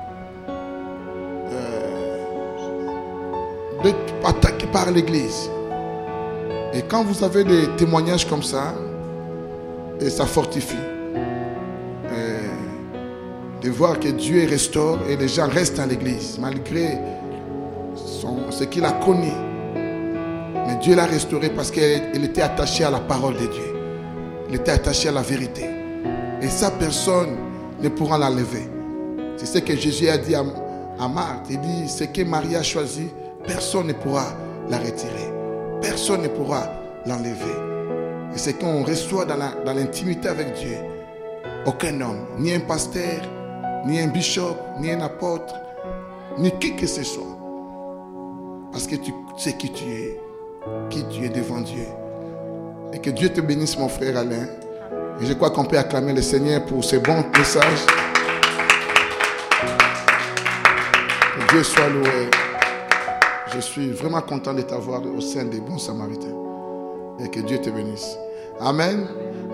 euh, attaqués par l'Église. Et quand vous avez des témoignages comme ça, et ça fortifie. Et de voir que Dieu restaure et les gens restent à l'Église, malgré son, ce qu'il a connu. Mais Dieu l'a restauré parce qu'il était attaché à la parole de Dieu. Il était attaché à la vérité. Et ça, personne ne pourra l'enlever. C'est ce que Jésus a dit à, à Marthe. Il dit, ce que Marie a choisi, personne ne pourra la retirer. Personne ne pourra l'enlever. Et c'est qu'on reçoit dans, la, dans l'intimité avec Dieu. Aucun homme, ni un pasteur, ni un bishop, ni un apôtre, ni qui que ce soit. Parce que tu sais qui tu es. Qui tu es devant Dieu. Et que Dieu te bénisse, mon frère Alain. Et je crois qu'on peut acclamer le Seigneur pour ce bon message. Que Dieu soit loué. Je suis vraiment content de t'avoir au sein des bons Samaritains. Et que Dieu te bénisse. Amen.